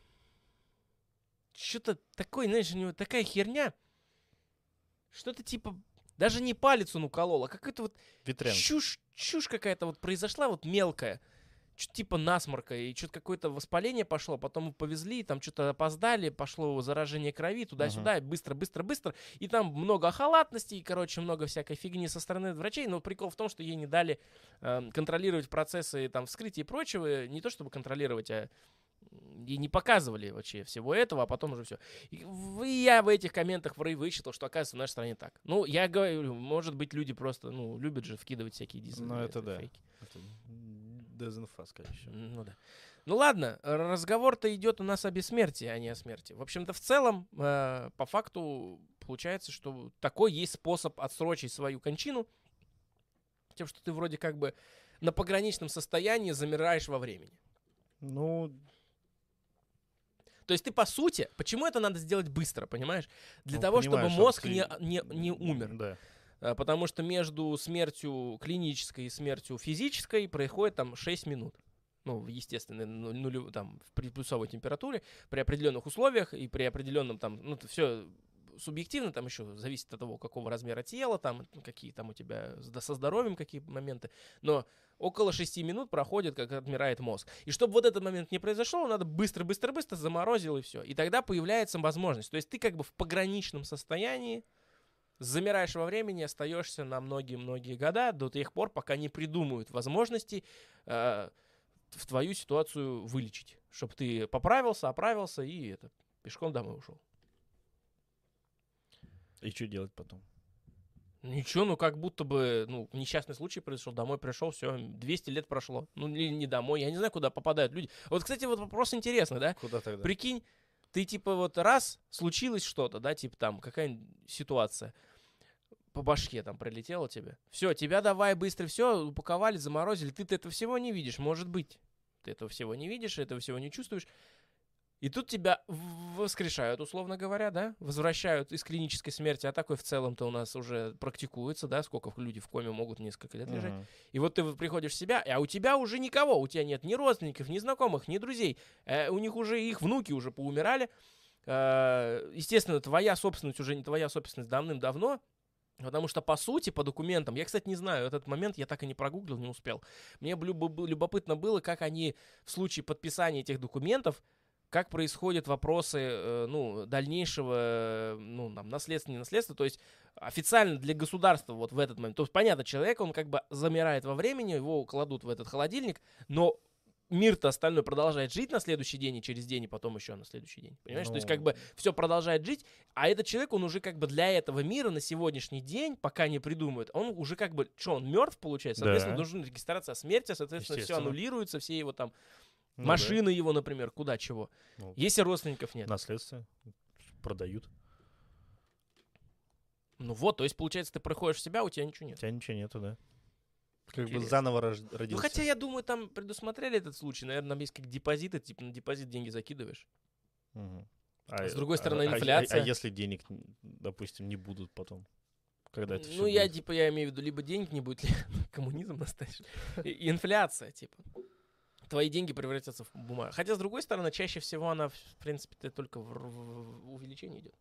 Что-то такое, знаешь, у него такая херня. Что-то типа... Даже не палец он уколол, а какая-то вот Ветрянка. чушь, чушь какая-то вот произошла, вот мелкая. Что-то типа насморка, и что-то какое-то воспаление пошло, потом его повезли, там что-то опоздали, пошло заражение крови, туда-сюда, uh-huh. быстро-быстро-быстро. И там много халатности, и, короче, много всякой фигни со стороны врачей. Но прикол в том, что ей не дали э, контролировать процессы там вскрытия и прочего. Не то чтобы контролировать, а и не показывали вообще всего этого, а потом уже все. И я в этих комментах вычитал, что, оказывается, в нашей стране так. Ну, я говорю, может быть, люди просто, ну, любят же вкидывать всякие дизайны. Ну, это да. Фейки. Это дезинфа, скорее всего. Ну, да. Ну, ладно, разговор-то идет у нас о бессмертии, а не о смерти. В общем-то, в целом, э, по факту, получается, что такой есть способ отсрочить свою кончину, тем, что ты вроде как бы на пограничном состоянии замираешь во времени. Ну... То есть ты, по сути, почему это надо сделать быстро, понимаешь? Для ну, того, чтобы мозг ты... не, не, не умер. Да. Потому что между смертью клинической и смертью физической происходит там шесть минут. Ну, в естественной, нулю, там, при плюсовой температуре, при определенных условиях и при определенном там, ну, это все субъективно, там еще зависит от того, какого размера тела, там, какие там у тебя со здоровьем какие моменты. Но около шести минут проходит, как отмирает мозг. И чтобы вот этот момент не произошел, надо быстро-быстро-быстро заморозил и все. И тогда появляется возможность. То есть ты как бы в пограничном состоянии, замираешь во времени, остаешься на многие-многие года до тех пор, пока не придумают возможности э, в твою ситуацию вылечить. Чтобы ты поправился, оправился и это, пешком домой ушел. И что делать потом? Ничего, ну как будто бы, ну, несчастный случай произошел, домой пришел, все, двести лет прошло. Ну, или не домой, я не знаю, куда попадают люди. Вот, кстати, вот вопрос интересный, да? Куда тогда? Прикинь, ты типа вот раз, случилось что-то, да, типа там какая-нибудь ситуация, по башке там прилетело тебе. Все, тебя давай быстро все, упаковали, заморозили, ты-то этого всего не видишь, может быть. Ты этого всего не видишь, этого всего не чувствуешь. И тут тебя воскрешают, условно говоря, да, возвращают из клинической смерти, а такой в целом-то у нас уже практикуется, да, сколько люди в коме могут несколько лет лежать. Uh-huh. И вот ты приходишь в себя, а у тебя уже никого, у тебя нет ни родственников, ни знакомых, ни друзей, э, у них уже их внуки уже поумирали. Э, естественно, твоя собственность уже не твоя собственность давным-давно, потому что, по сути, по документам, я, кстати, не знаю, этот момент я так и не прогуглил, не успел. Мне любопытно было, как они в случае подписания этих документов, как происходят вопросы, э, ну, дальнейшего, э, ну, там, наследства, не наследства, то есть официально для государства вот в этот момент. То есть, понятно, человек, он как бы замирает во времени, его кладут в этот холодильник, но мир-то остальной продолжает жить на следующий день и через день, и потом еще на следующий день. Понимаешь? Ну... То есть, как бы все продолжает жить, а этот человек, он уже как бы для этого мира на сегодняшний день, пока не придумают, он уже как бы, что, он мертв, получается? Соответственно, да. Должна регистрация о смерти, соответственно, все аннулируется, все его там... Ну, машины да. его, например, куда, чего. Ну, если родственников нет. Наследство продают. Ну вот, то есть, получается, ты приходишь в себя, у тебя ничего нет. У тебя ничего нету, да. Как Интересно. бы заново родился. Ну, хотя, я думаю, там предусмотрели этот случай. Наверное, там есть как депозиты, типа на депозит деньги закидываешь. Угу. А, с другой стороны, а, инфляция. А, а, а если денег, допустим, не будут потом? когда это все Ну, я, будет? типа, я имею в виду, либо денег не будет, либо коммунизм настоящий. И инфляция, типа. Твои деньги превратятся в бумагу. Хотя, с другой стороны, чаще всего она, в принципе, только в, в- в увеличение идет.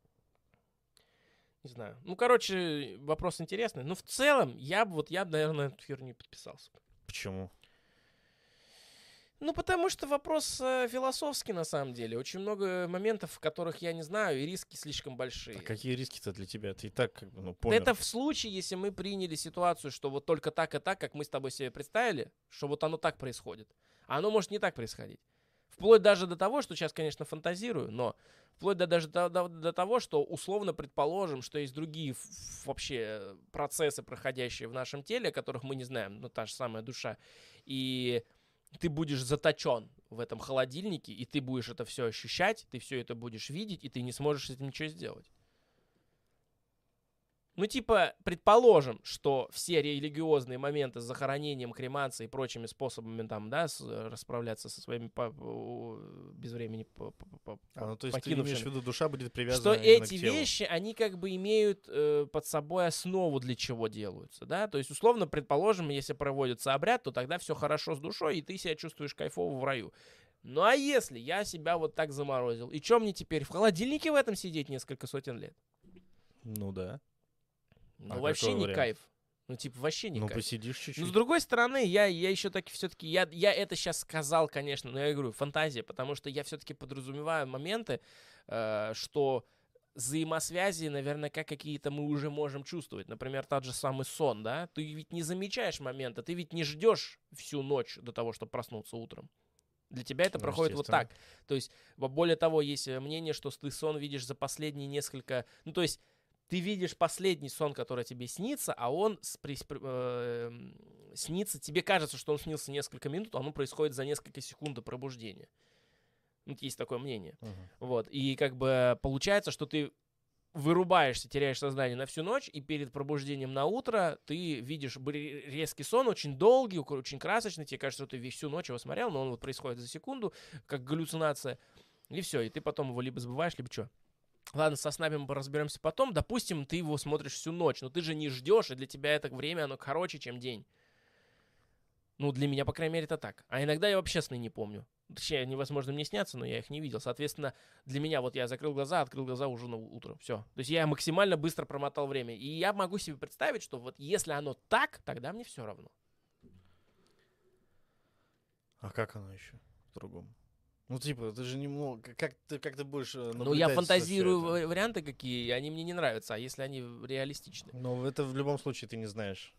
Не знаю. Ну, короче, вопрос интересный. Ну, в целом, я бы, вот, я бы, наверное, на эту херню не подписался. Почему? Ну, потому что вопрос э, философский, на самом деле. Очень много моментов, в которых я не знаю, и риски слишком большие. А какие риски-то для тебя? Ты и так как бы, ну, Да помер. это в случае, если мы приняли ситуацию, что вот только так и так, как мы с тобой себе представили, что вот оно так происходит. А оно может не так происходить. Вплоть даже до того, что сейчас, конечно, фантазирую, но вплоть до, даже до, до- до того, что условно предположим, что есть другие ф- вообще процессы, проходящие в нашем теле, которых мы не знаем, ну та же самая душа, и ты будешь заточен в этом холодильнике, и ты будешь это все ощущать, ты все это будешь видеть, и ты не сможешь с этим ничего сделать. Ну, типа, предположим, что все религиозные моменты с захоронением, кремацией и прочими способами там, да, с- расправляться со своими по- о, без времени по- по- по- А, ну, то есть ты имеешь покинувшими, в виду, душа будет что привязана именно к эти телу. вещи, они как бы имеют э, под собой основу, для чего делаются, да, то есть, условно, предположим, если проводится обряд, то тогда все хорошо с душой, и ты себя чувствуешь кайфово в раю. Ну, а если я себя вот так заморозил, и что мне теперь, в холодильнике в этом сидеть несколько сотен лет? Ну да. Ну, А вообще какой не вариант? кайф. Ну, типа, вообще не Ну, кайф. посидишь Но с чуть-чуть. другой стороны, я, я еще таки все-таки, я, я это сейчас сказал, конечно, но я говорю, фантазия, потому что я все-таки подразумеваю моменты, э, что взаимосвязи, наверняка, какие-то мы уже можем чувствовать. Например, тот же самый сон, да? Ты ведь не замечаешь момента, ты ведь не ждешь всю ночь до того, чтобы проснуться утром. Для тебя это Ну, проходит вот естественно. так. То есть, во- более того, есть э, мнение, что ты сон видишь за последние несколько... Ну, то есть, ты видишь последний сон, который тебе снится, а он с- при- с- при- э, м, снится, тебе кажется, что он снился несколько минут, а оно происходит за несколько секунд до пробуждения. Вот есть такое мнение. Мгм. Вот. И как бы получается, что ты вырубаешься, теряешь сознание на всю ночь, и перед пробуждением на утро ты видишь бри- резкий сон, очень долгий, ук- очень красочный, тебе кажется, что ты весь- всю ночь его смотрел, но он вот происходит за секунду, как галлюцинация, и все, и ты потом его либо забываешь, либо что. Ладно, со снами мы разберемся потом. Допустим, ты его смотришь всю ночь, но ты же не ждешь, и для тебя это время, оно короче, чем день. Ну, для меня, по крайней мере, это так. А иногда я вообще сны не помню. Точнее, они, возможно, мне снятся, но я их не видел. Соответственно, для меня вот я закрыл глаза, открыл глаза уже на утро. Все. То есть я максимально быстро промотал время. И я могу себе представить, что вот если оно так, тогда мне все равно. А как оно еще по-другому? Ну, типа, ты же немного... к- Как ты, как ты будешь э, Ну, я наблюдать за фантазирую всё это? ва- варианты какие, и они мне не нравятся. А если они реалистичны? Но это в любом случае ты не знаешь,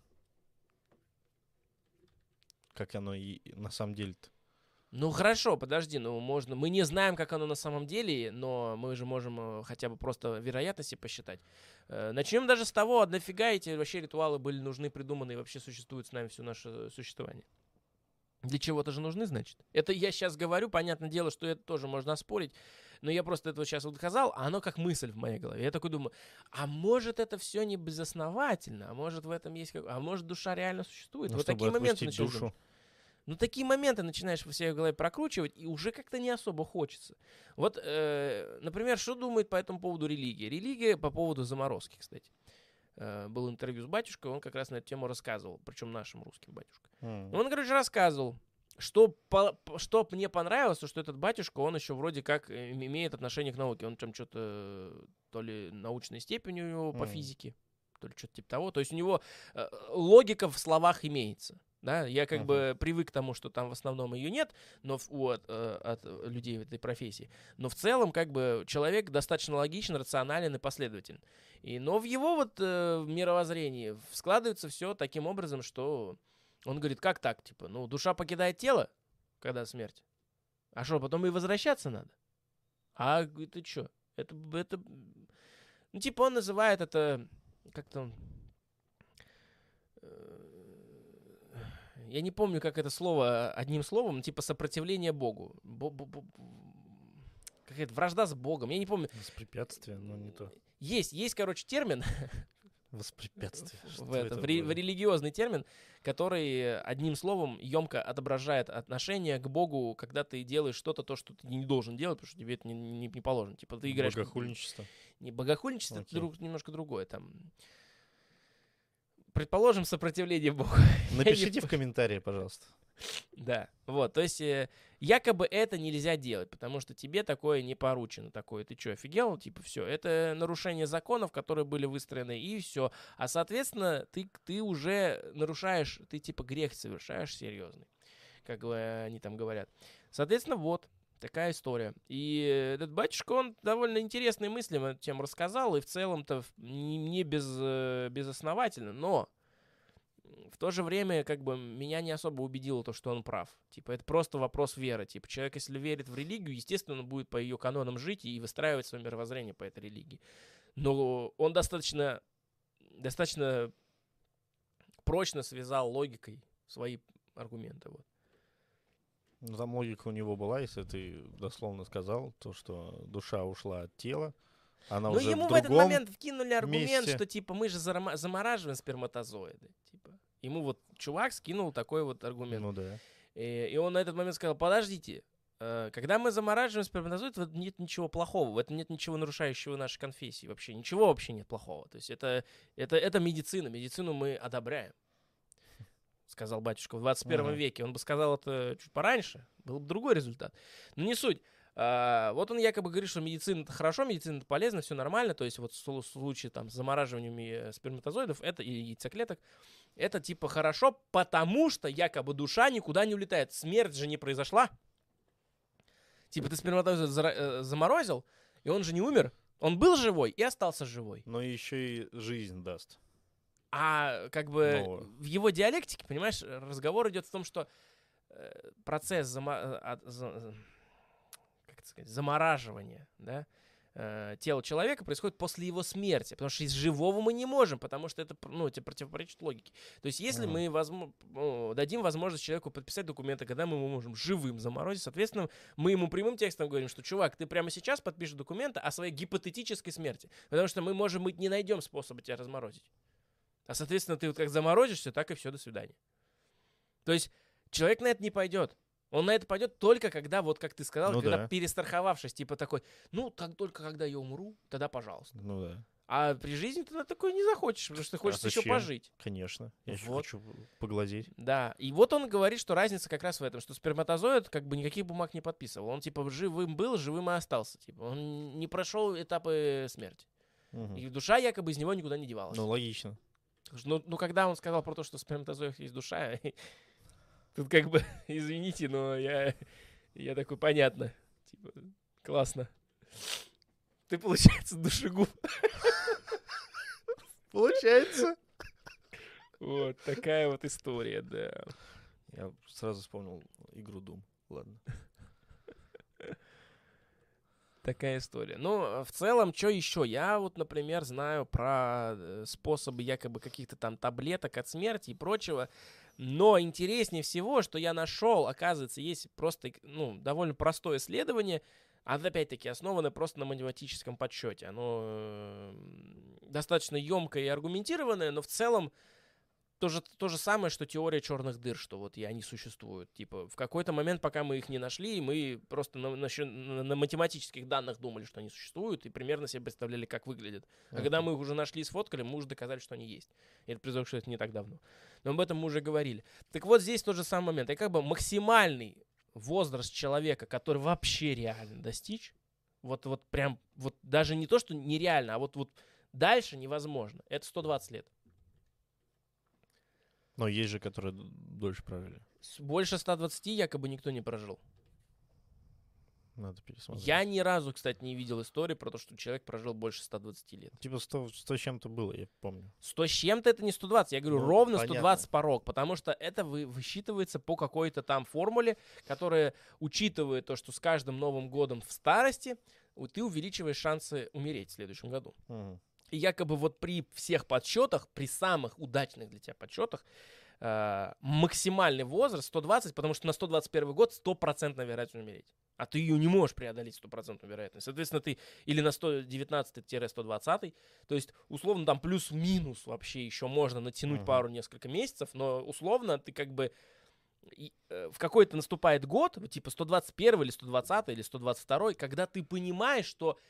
как оно и и на самом деле-то. Ну хорошо, подожди, ну можно. Мы не знаем, как оно на самом деле, но мы же можем э, хотя бы просто вероятности посчитать. Э, начнем даже с того, а нафига эти вообще ритуалы были нужны, придуманы и вообще существуют с нами все наше существование. Для чего-то же нужны, значит. Это я сейчас говорю, понятное дело, что это тоже можно оспорить, но я просто это вот сейчас вот сказал, а оно как мысль в моей голове. Я такой думаю, а может это все не безосновательно, а может в этом есть, как... а может душа реально существует. Ну, Вот чтобы такие моменты отпустить начинаешь душу. думать. Ну, такие моменты начинаешь в своей голове прокручивать, и уже как-то не особо хочется. Вот, э, например, что думает по этому поводу религия? Религия по поводу заморозки, кстати. Э, было интервью с батюшкой, он как раз на эту тему рассказывал, причем нашим русским батюшкой. М. Он, короче, рассказывал, что, по- по- что мне понравилось, то, что этот батюшка, он еще вроде как э, имеет отношение к науке. Он там что-то, э, то ли научной степени у него по М. физике, то ли что-то типа того. То есть у него э, логика в словах имеется. Да, я как Мгм. бы привык к тому, что там в основном ее нет, но в- у, от, э, от людей в этой профессии. Но в целом, как бы, человек достаточно логичен, рационален и последователен. И, но в его вот э, мировоззрении складывается все таким образом, что он говорит, как так, типа, ну, душа покидает тело, когда смерть, а что, потом и возвращаться надо? А это что? Это, это, ну, типа, он называет это, как-то он, э, я не помню, как это слово, одним словом, типа сопротивление Богу. Бо- бо- бо- Какая-то вражда с Богом, я не помню. Воспрепятствие, но не то. Есть, есть, короче, термин, Воспрепятствие. в, Что это, это в, ре- в было? религиозный термин, который одним словом емко отображает отношение к Богу, когда ты делаешь что-то, то, что ты не должен делать, потому что тебе это не, не- не положено. Типа ты играешь... Богохульничество. Не богохульничество, это Окей. друг- немножко другое. Там предположим, сопротивление Богу. Напишите в комментарии, пожалуйста. Да, вот, то есть э, якобы это нельзя делать, потому что тебе такое не поручено, такое, ты что, офигел? Типа, все, это нарушение законов, которые были выстроены, и все. А, соответственно, ты, ты уже нарушаешь, ты типа грех совершаешь серьезный, как они там говорят. Соответственно, вот. Такая история. И этот батюшка, он довольно интересные мысли на эту тему рассказал, и в целом-то не, не без, безосновательно, но в то же время, как бы, меня не особо убедило то, что он прав. Типа, это просто вопрос веры. Типа, человек, если верит в религию, естественно, он будет по ее канонам жить и выстраивать свое мировоззрение по этой религии. Но он достаточно, достаточно прочно связал логикой свои аргументы, вот. Ну, там логика у него была, если ты дословно сказал, то, что душа ушла от тела, она ну, уже ему в, в этот другом момент вкинули аргумент, месте. что, типа, мы же зарама- замораживаем сперматозоиды. Типа. Ему вот чувак скинул такой вот аргумент. Ну да. И, и он на этот момент сказал, подождите, э, когда мы замораживаем сперматозоид, в этом нет ничего плохого, в этом нет ничего нарушающего нашей конфессии вообще. Ничего вообще нет плохого. То есть это, это, это медицина, медицину мы одобряем. Сказал батюшка в двадцать первом Ага. веке. Он бы сказал это чуть пораньше, был бы другой результат. Но не суть. А, вот он якобы говорит, что медицина это хорошо, медицина это полезно, все нормально. То есть вот в случае там с замораживанием сперматозоидов это, и яйцеклеток, это типа хорошо, потому что якобы душа никуда не улетает. Смерть же не произошла. Типа ты сперматозоид зара- заморозил, и он же не умер. Он был живой и остался живой. Но еще и жизнь даст. А как бы Но... в его диалектике, понимаешь, разговор идет в том, что э, процесс зама- а, за, как это сказать, замораживания, да, э, тела человека происходит после его смерти, потому что из живого мы не можем, потому что это, ну, это противоречит логике. То есть если mm. мы возможно, ну, дадим возможность человеку подписать документы, когда мы его можем живым заморозить, соответственно, мы ему прямым текстом говорим, что, чувак, ты прямо сейчас подпишешь документы о своей гипотетической смерти, потому что мы, можем быть, не найдем способа тебя разморозить. А, соответственно, ты вот как заморозишься, так и все, до свидания. То есть человек на это не пойдет. Он на это пойдет только когда, вот как ты сказал, ну когда да. перестраховавшись, типа такой, ну, так только когда я умру, тогда пожалуйста. Ну да. А при жизни ты на такое не захочешь, потому что ты хочешь а еще пожить. Конечно. Я вот. еще хочу поглазеть. Да. И вот он говорит, что разница как раз в этом, что сперматозоид как бы никаких бумаг не подписывал. Он типа живым был, живым и остался. Типа он не прошел этапы смерти. Угу. И душа якобы из него никуда не девалась. Ну, логично. Ну, ну, когда он сказал про то, что в сперматозоидах есть душа, тут как бы, извините, но я, я такой, понятно. Типа, классно. Ты, получается, душегуб. Получается. Вот такая вот история, да. Я сразу вспомнил игру Doom. Ладно. Такая история. Ну, в целом, что еще? Я вот, например, знаю про способы якобы каких-то там таблеток от смерти и прочего. Но интереснее всего, что я нашел, оказывается, есть просто, ну, довольно простое исследование. Оно, опять-таки, основано просто на математическом подсчете. Оно э, достаточно емкое и аргументированное, но в целом то же, то же самое, что теория черных дыр, что вот и они существуют. Типа, в какой-то момент, пока мы их не нашли, мы просто на, на, на математических данных думали, что они существуют, и примерно себе представляли, как выглядят. А uh-huh. когда мы их уже нашли и сфоткали, мы уже доказали, что они есть. И это произошло, что это не так давно. Но об этом мы уже говорили. Так вот, здесь тот же самый момент. И как бы максимальный возраст человека, который вообще реально достичь, вот, вот прям, вот даже не то, что нереально, а вот, вот дальше невозможно. Это сто двадцать лет. Но есть же, которые дольше прожили. Больше ста двадцати якобы никто не прожил. Надо пересмотреть. Я ни разу, кстати, не видел истории про то, что человек прожил больше ста двадцати лет. Типа сто, сто с чем-то было, я помню. сто с чем-то это не сто двадцать. Я говорю, ну, ровно понятно. сто двадцать порог, потому что это вы, высчитывается по какой-то там формуле, которая учитывает то, что с каждым Новым годом в старости ты увеличиваешь шансы умереть в следующем году. Угу. И якобы вот при всех подсчетах, при самых удачных для тебя подсчетах, э, максимальный возраст сто двадцать, потому что на сто двадцать первый год стопроцентная вероятность умереть. А ты ее не можешь преодолеть стопроцентную вероятность. Соответственно, ты или на сто девятнадцатый - сто двадцатый, то есть условно там плюс-минус вообще еще можно натянуть uh-huh. пару несколько месяцев, но условно ты как бы и, э, в какой-то наступает год, типа сто двадцать первый или сто двадцатый или сто двадцать второй, когда ты понимаешь, что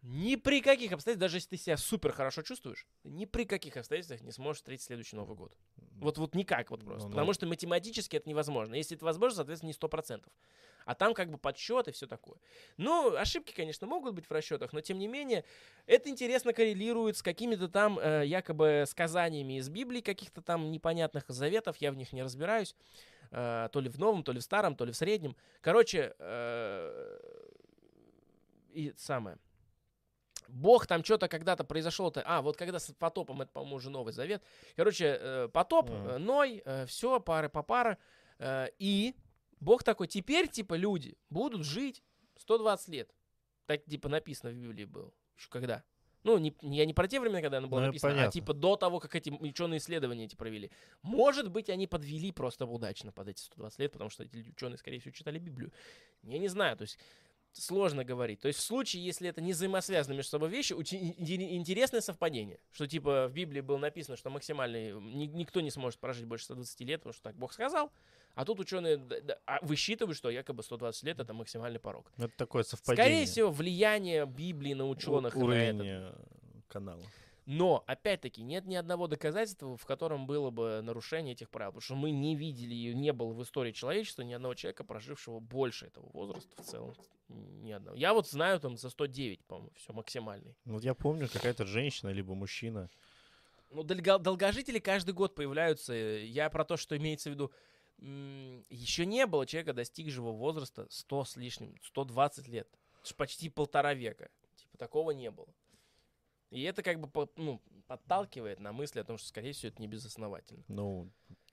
Ни при каких обстоятельствах, даже если ты себя супер хорошо чувствуешь, ни при каких обстоятельствах не сможешь встретить следующий Новый год. Вот, вот никак вот просто. Ну, Потому ну. что математически это невозможно. Если это возможно, соответственно, не сто процентов. А там как бы подсчет и все такое. Ну, ошибки, конечно, могут быть в расчетах, но тем не менее, это интересно коррелирует с какими-то там э, якобы сказаниями из Библии, каких-то там непонятных заветов, я в них не разбираюсь. Э, то ли в новом, то ли в старом, то ли в среднем. Короче, э, и самое... Бог там что-то когда-то произошло-то... А, вот когда с потопом, это, по-моему, уже Новый Завет. Короче, э, потоп, Мгм. э, Ной, э, все, пары по пара. Э, и Бог такой, теперь, типа, люди будут жить сто двадцать лет. Так, типа, написано в Библии было. Еще когда? Ну, не, не- я не про те времена, когда оно было Ну, написано, а понятно. типа до того, как эти ученые исследования эти провели. Может быть, они подвели просто удачно под эти сто двадцать лет, потому что эти ученые, скорее всего, читали Библию. Я не знаю, то есть... Сложно говорить. То есть в случае, если это не взаимосвязаны между собой вещи, очень интересное совпадение. Что типа в Библии было написано, что максимальный ни- никто не сможет прожить больше ста двадцати лет, потому что так Бог сказал. А тут ученые д- д- а высчитывают, что якобы сто двадцать лет это максимальный порог. Это такое совпадение. Скорее всего, влияние Библии на ученых У- и на уровень это. э, канала. Но, опять-таки, нет ни одного доказательства, в котором было бы нарушение этих правил. Потому что мы не видели, и не было в истории человечества ни одного человека, прожившего больше этого возраста в целом. Ни одного. Я вот знаю там за сто девять, по-моему, все максимальный. Ну, вот я помню, какая-то женщина, либо мужчина. Ну, долго- долгожители каждый год появляются. Я про то, что имеется в виду, м, еще не было человека, достигшего возраста сто с лишним, сто двадцать лет. Это ж почти полтора века. Типа такого не было. И это как бы по- ну, подталкивает на мысли о том, что, скорее всего, это не безосновательно. Ну,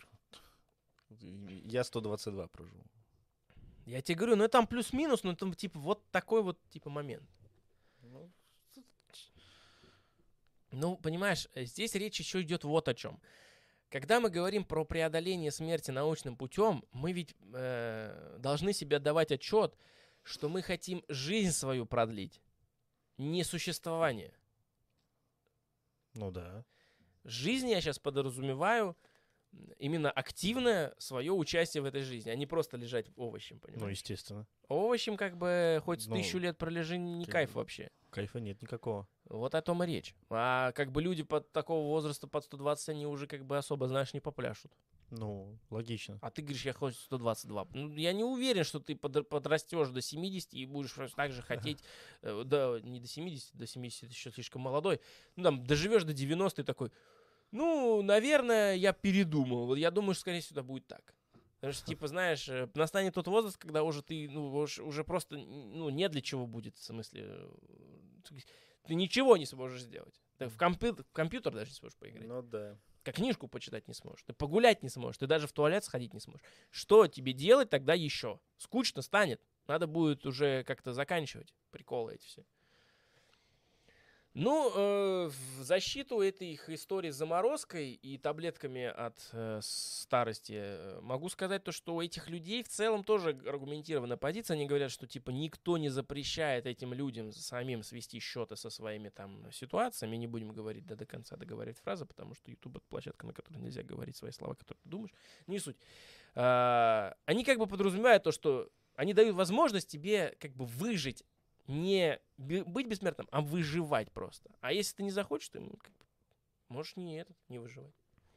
я сто двадцать два прожил. Я тебе говорю, ну там плюс-минус, но там типа вот такой вот типа момент. Ну, Ну, понимаешь, э, здесь речь еще идет вот о чем. Когда мы говорим про преодоление смерти научным путем, мы ведь э, должны себе отдавать отчет, что мы хотим жизнь свою продлить, не существование. ну да. Жизнь я сейчас подразумеваю м, именно активное свое участие в этой жизни, а не просто лежать овощем, Ну, понимаешь? естественно. Овощем как бы хоть Ну, тысячу лет пролежи, не ты- кайф вообще. Кайфа нет никакого. Вот о том и речь. А как бы люди под такого возраста, под сто двадцать, они уже как бы особо, знаешь, не попляшут. Ну, логично. А ты говоришь, я хочу сто двадцать два. Ну, я не уверен, что ты под- подрастешь до семидесяти и будешь просто так же хотеть, э, да, не до семидесяти, до семидесяти ты еще слишком молодой. Ну, там, доживешь до девяноста и такой, ну, наверное, я передумал. Вот я думаю, что, скорее всего, это будет так. Потому что, типа, знаешь, э, настанет тот возраст, когда уже ты, ну, уж- уже просто, ну, не для чего будет, в смысле, э, ты ничего не сможешь сделать. Ты в, компью- в компьютер даже не сможешь поиграть. Ну да. Как книжку почитать не сможешь. Ты погулять не сможешь. Ты даже в туалет сходить не сможешь. Что тебе делать тогда еще? Скучно станет. Надо будет уже как-то заканчивать приколы эти все. Ну, э, в защиту этой их истории с заморозкой и таблетками от э, старости э, могу сказать то, что у этих людей в целом тоже аргументированная позиция. Они говорят, что типа никто не запрещает этим людям самим свести счеты со своими там ситуациями. Не будем говорить да, до конца договаривать фразы, потому что YouTube — это площадка, на которой нельзя говорить свои слова, которые ты думаешь. Не суть. А, они как бы подразумевают то, что они дают возможность тебе как бы выжить, не бе- быть бессмертным, а выживать просто. А если ты не захочешь, ты ну, как бы, можешь не этот, не выживать.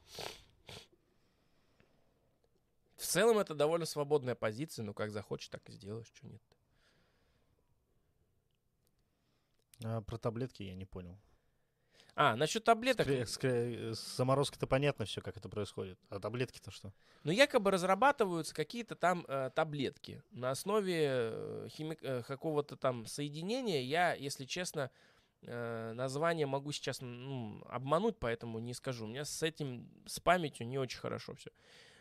В целом это довольно свободная позиция, но как захочешь, так и сделаешь, что нет. А про таблетки я не понял. А, насчет таблеток. Скорее- скорее, С заморозкой-то понятно все, как это происходит. А таблетки-то что? Ну, якобы разрабатываются какие-то там э, таблетки на основе э, хими- э, какого-то там соединения. Я, если честно, э, название могу сейчас ну, обмануть, поэтому не скажу. У меня с этим, с памятью не очень хорошо все.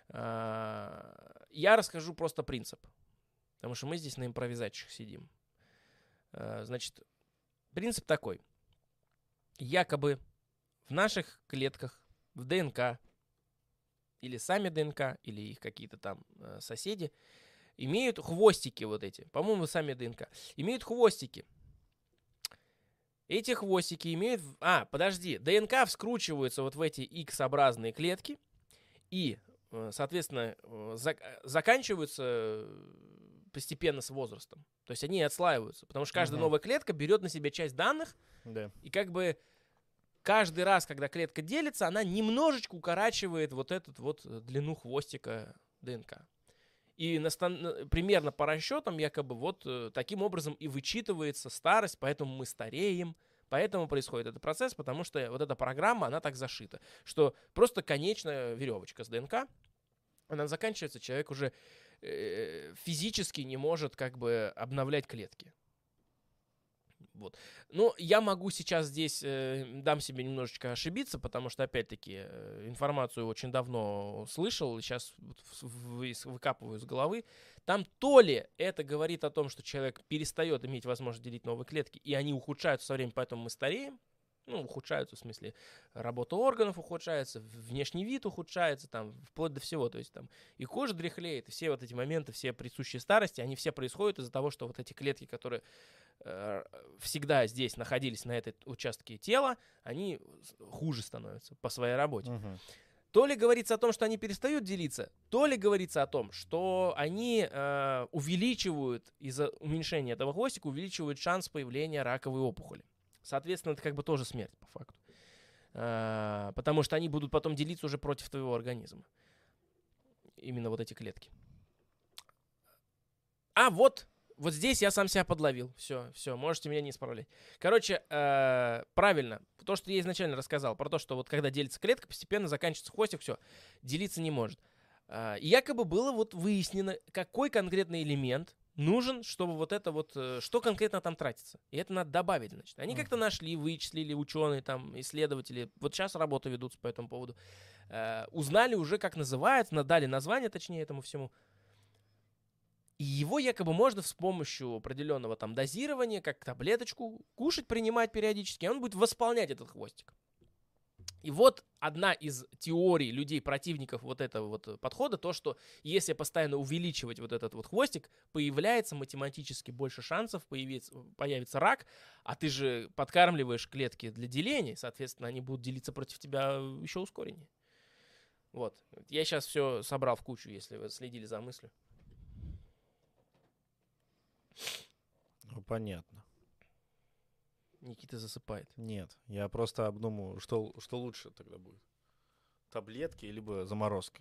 Я расскажу просто принцип, потому что мы здесь на импровизациях сидим. Э, Значит, принцип такой. Якобы в наших клетках, в ДНК, или сами ДНК, или их какие-то там э, соседи, имеют хвостики вот эти. По-моему, сами ДНК. Имеют хвостики. Эти хвостики имеют... в- А, подожди. ДНК вскручиваются вот в эти X-образные клетки и, э, соответственно, э, зак- заканчиваются э, постепенно с возрастом. То есть они отслаиваются, потому что каждая Мгм. новая клетка берет на себя часть данных, Да. и как бы каждый раз, когда клетка делится, она немножечко укорачивает вот эту вот длину хвостика ДНК. И на стан- примерно по расчетам якобы вот э, таким образом и вычитывается старость, поэтому мы стареем, поэтому происходит этот процесс, потому что вот эта программа, она так зашита, что просто конечная веревочка с ДНК, она заканчивается, человек уже э, физически не может как бы обновлять клетки. Вот. Ну, я могу сейчас здесь э, дам себе немножечко ошибиться, потому что, опять-таки, э, информацию очень давно слышал, сейчас вот в- в- выкапываю из головы. Там то ли это говорит о том, что человек перестает иметь возможность делить новые клетки, и они ухудшаются со временем, поэтому мы стареем. Ну, ухудшаются, в смысле, работа органов ухудшается, внешний вид ухудшается, там, вплоть до всего. То есть там и кожа дряхлеет, и все вот эти моменты, все присущие старости, они все происходят из-за того, что вот эти клетки, которые э, всегда здесь находились на этой участке тела, они хуже становятся по своей работе. Мгм. То ли говорится о том, что они перестают делиться, то ли говорится о том, что они э, увеличивают, из-за уменьшения этого хвостика, увеличивают шанс появления раковой опухоли. Соответственно, это как бы тоже смерть по факту. Э, потому что они будут потом делиться уже против твоего организма. Именно вот эти клетки. А вот, вот здесь я сам себя подловил. Все, все, можете меня не исправлять. Короче, э, правильно. То, что я изначально рассказал, про то, что вот когда делится клетка, постепенно заканчивается хвостик, все, делиться не может. Э, и якобы было вот выяснено, какой конкретный элемент нужен, чтобы вот это вот, э, что конкретно там тратится. И это надо добавить, значит. Они как-то нашли, вычислили, ученые, там, исследователи. Вот сейчас работы ведутся по этому поводу. Э, узнали уже, как называется, надали название, точнее, этому всему. И его якобы можно с помощью определенного там дозирования, как таблеточку, кушать, принимать периодически, и он будет восполнять этот хвостик. И вот одна из теорий людей, противников вот этого вот подхода, то, что если постоянно увеличивать вот этот вот хвостик, появляется математически больше шансов, появится, появится рак, а ты же подкармливаешь клетки для деления, соответственно, они будут делиться против тебя еще ускореннее. Вот. Я сейчас все собрал в кучу, если вы следили за мыслью. Ну, понятно. Никита засыпает. Нет, я просто обдумываю, что, что лучше тогда будет. Таблетки либо заморозка.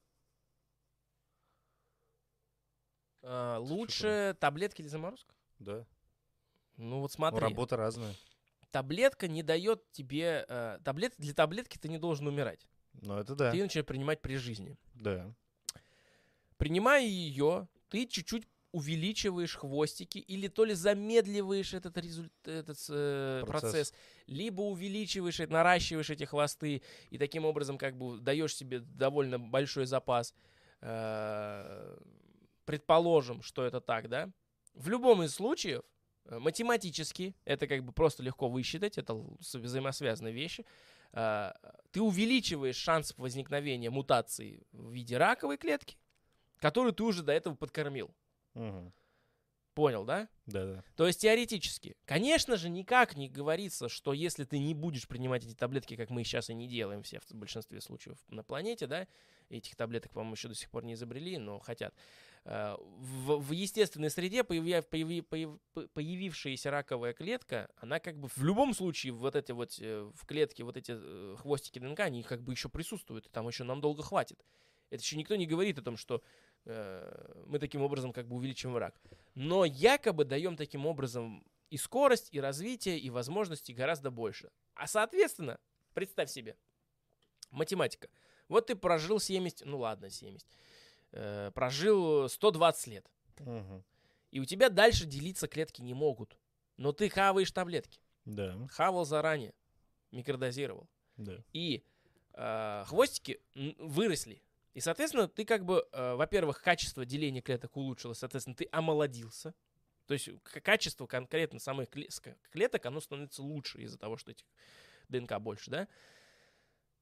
А, лучше таблетки или заморозка? Да. Ну вот Ну, смотри, работа разная. таблетка не дает тебе... Э, таблет, для таблетки ты не должен умирать. Ну, это да. Ты ее начинаешь принимать при жизни. Да. Принимая ее, ты чуть-чуть увеличиваешь хвостики или то ли замедливаешь этот, результ, этот э, процесс. Процесс. либо увеличиваешь, и наращиваешь эти хвосты и таким образом как бы даешь себе довольно большой запас. Э, предположим, что это так, да? В любом из случаев э, математически это как бы просто легко высчитать, это л- с- взаимосвязанные вещи. Э, ты увеличиваешь шанс возникновения мутации в виде раковой клетки, которую ты уже до этого подкормил. Мгм. Понял, да? Да-да. То есть теоретически. Конечно же, никак не говорится, что если ты не будешь принимать эти таблетки, как мы сейчас и не делаем все в большинстве случаев на планете, да, этих таблеток, по-моему, еще до сих пор не изобрели, но хотят. э, В, в естественной среде появи- появи- появ- по- появившаяся раковая клетка, она как бы в любом случае вот эти вот э, в клетке вот эти э, хвостики ДНК, они как бы еще присутствуют, и там еще нам долго хватит. Это еще никто не говорит о том, что э, мы таким образом как бы увеличиваем рак. Но якобы даем таким образом и скорость, и развитие, и возможности гораздо больше. А соответственно, представь себе, математика. Вот ты прожил семьдесят, ну ладно, семьдесят, э, прожил сто двадцать лет. Мгм. И у тебя дальше делиться клетки не могут. Но ты хаваешь таблетки. Да. Хавал заранее, микродозировал. Да. И э, хвостики м, выросли. И, соответственно, ты как бы, э, во-первых, качество деления клеток улучшилось, соответственно, ты омолодился. То есть к- качество конкретно самых кле- ск- клеток, оно становится лучше из-за того, что этих ДНК больше, да?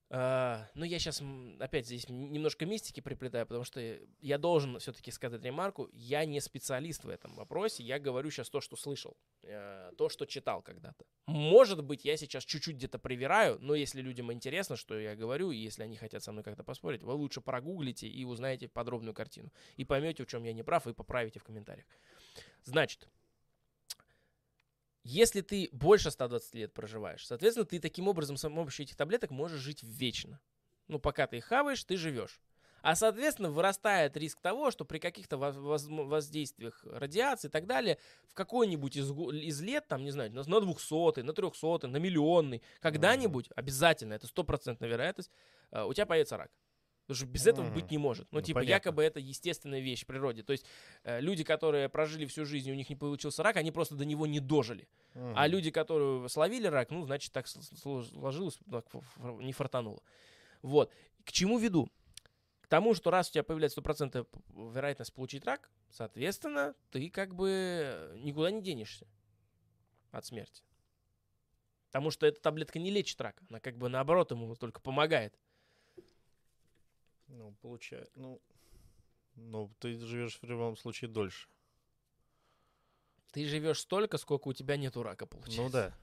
А, ну, я сейчас опять здесь немножко мистики приплетаю, потому что я должен все-таки сказать ремарку. Я не специалист в этом вопросе. Я говорю сейчас то, что слышал, э, то, что читал когда-то. Может быть, я сейчас чуть-чуть где-то привираю, но если людям интересно, что я говорю, и если они хотят со мной как-то поспорить, вы лучше прогуглите и узнаете подробную картину. И поймете, в чем я не прав, и поправите в комментариях. Значит, если ты больше ста двадцати лет проживаешь, соответственно, ты таким образом с помощью этих таблеток можешь жить вечно. Ну, пока ты их хаваешь, ты живешь. А, соответственно, вырастает риск того, что при каких-то воздействиях радиации и так далее, в какой-нибудь из, из лет, там, не знаю, на двухсотый, на трехсотый, на миллионный, когда-нибудь, обязательно, это стопроцентная вероятность, у тебя появится рак. Потому что без этого быть не может. Ну, ну типа, понятно. Якобы это естественная вещь в природе. То есть э, люди, которые прожили всю жизнь, у них не получился рак, они просто до него не дожили. Mm-hmm. А люди, которые словили рак, ну, значит, так сложилось, так не фартануло. Вот. К чему веду? К тому, что раз у тебя появляется стопроцентная вероятность получить рак, соответственно, ты как бы никуда не денешься от смерти. Потому что эта таблетка не лечит рак. Она как бы наоборот ему только помогает. Ну, получается, ну, ну, ты живешь в любом случае дольше. Ты живешь столько, сколько у тебя нету рака, получается. Ну да.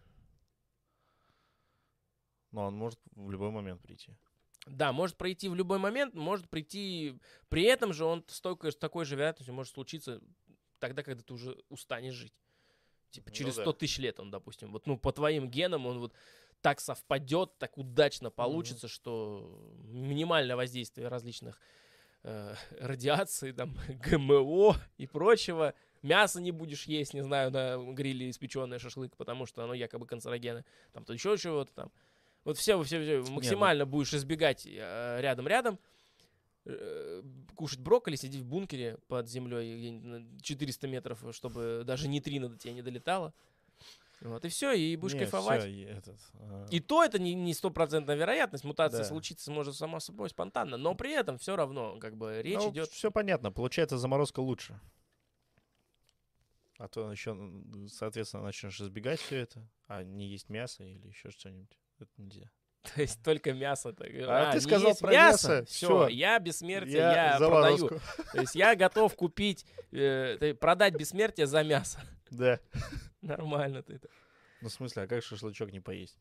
Но он может в любой момент прийти. Да, может прийти в любой момент, может прийти... При этом же он столько, с такой же вероятностью может случиться тогда, когда ты уже устанешь жить. Типа через ну, сто да. тысяч лет он, допустим. Вот, ну, по твоим генам он вот так совпадет, так удачно получится, mm-hmm. что минимальное воздействие различных э, радиаций, там, ГМО и прочего. Мясо не будешь есть, не знаю, на гриле испеченное шашлык, потому что оно якобы канцерогенно. Там то еще чего-то там. Вот все, все, все максимально Нет, ну... будешь избегать э, рядом-рядом. Э, кушать брокколи, сидеть в бункере под землей на четыреста метров, чтобы даже нейтрино до тебя не долетало. Вот, и все, и будешь Нет, кайфовать. Все, и, этот, а... и то это не стопроцентная вероятность. Мутация да. случится может сама собой спонтанно, но при этом все равно как бы речь ну, идет... Все понятно, получается заморозка лучше. А то еще, соответственно, начнешь избегать все это, а не есть мясо или еще что-нибудь. Это нельзя. То есть только мясо. А, а ты сказал про мясо, мясо все, я бессмертие, я, я продаю. То есть я готов купить, э, продать бессмертие за мясо. Да. Нормально ты это. Ну, в смысле, а как шашлычок не поесть?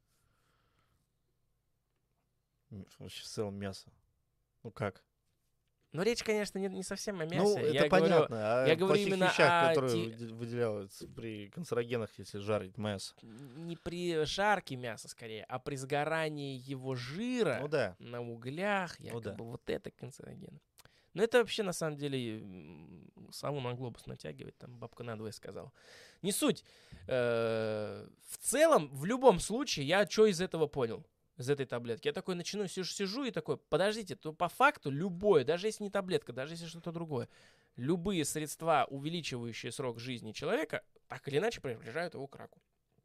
В целом мясо. Ну как? Ну, речь, конечно, не, не совсем о мясе. Ну, это я понятно. Говорю, а я говорю именно вещах, о... которые выделяются при канцерогенах, если жарить мясо. Не при жарке мяса, скорее, а при сгорании его жира ну, да. на углях. Якобы ну, да. вот это канцерогены. Но это вообще, на самом деле, сову на глобус натягивать, там бабка надвое сказала. Не суть. Э-э- в целом, в любом случае, я что из этого понял? Из этой таблетки. Я такой начну, сижу, сижу и такой, подождите, то по факту любое, даже если не таблетка, даже если что-то другое, любые средства, увеличивающие срок жизни человека, так или иначе приближают его к раку.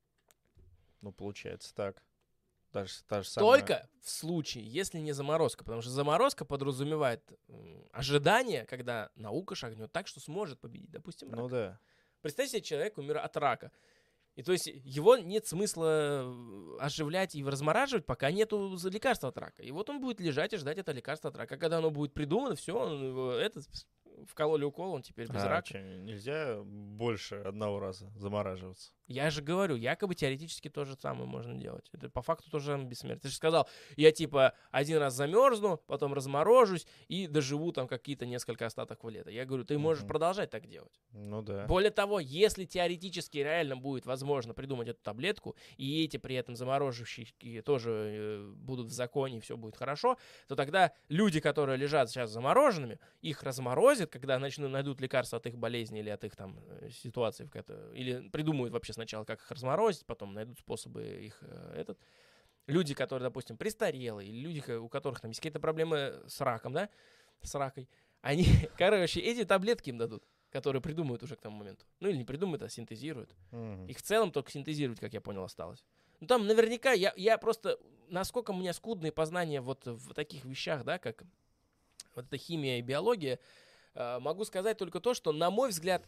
Ну, получается так. Даже, та же самая... Только в случае, если не заморозка, потому что заморозка подразумевает м, ожидание, когда наука шагнет так, что сможет победить, допустим, рак. Ну да. Представьте себе, человек умер от рака. И то есть его нет смысла оживлять и размораживать, пока нету лекарства от рака. И вот он будет лежать и ждать это лекарство от рака. Когда оно будет придумано, все, он, этот, вкололи укол, он теперь без а, рака. Че, нельзя больше одного раза замораживаться? Я же говорю, якобы теоретически то же самое можно делать. Это по факту тоже бессмертие. Ты же сказал, я типа один раз замерзну, потом разморожусь и доживу там какие-то несколько остатков лета. Я говорю, ты можешь uh-huh. продолжать так делать. Ну да. Более того, если теоретически реально будет возможно придумать эту таблетку, и эти при этом замороживающие тоже э, будут в законе, и все будет хорошо, то тогда люди, которые лежат сейчас замороженными, их разморозят, когда начнут, найдут лекарства от их болезни или от их там ситуации, в которой, или придумают вообще сначала, как их разморозить, потом найдут способы их э, этот. Люди, которые, допустим, престарелые, или люди, у которых там есть какие-то проблемы с раком, да, с ракой, они, короче, эти таблетки им дадут, которые придумают уже к тому моменту. Ну, или не придумают, а синтезируют. Mm-hmm. Их в целом только синтезировать, как я понял, осталось. Ну, там наверняка, я, я просто, насколько у меня скудные познания вот в таких вещах, да, как вот эта химия и биология, э, могу сказать только то, что, на мой взгляд,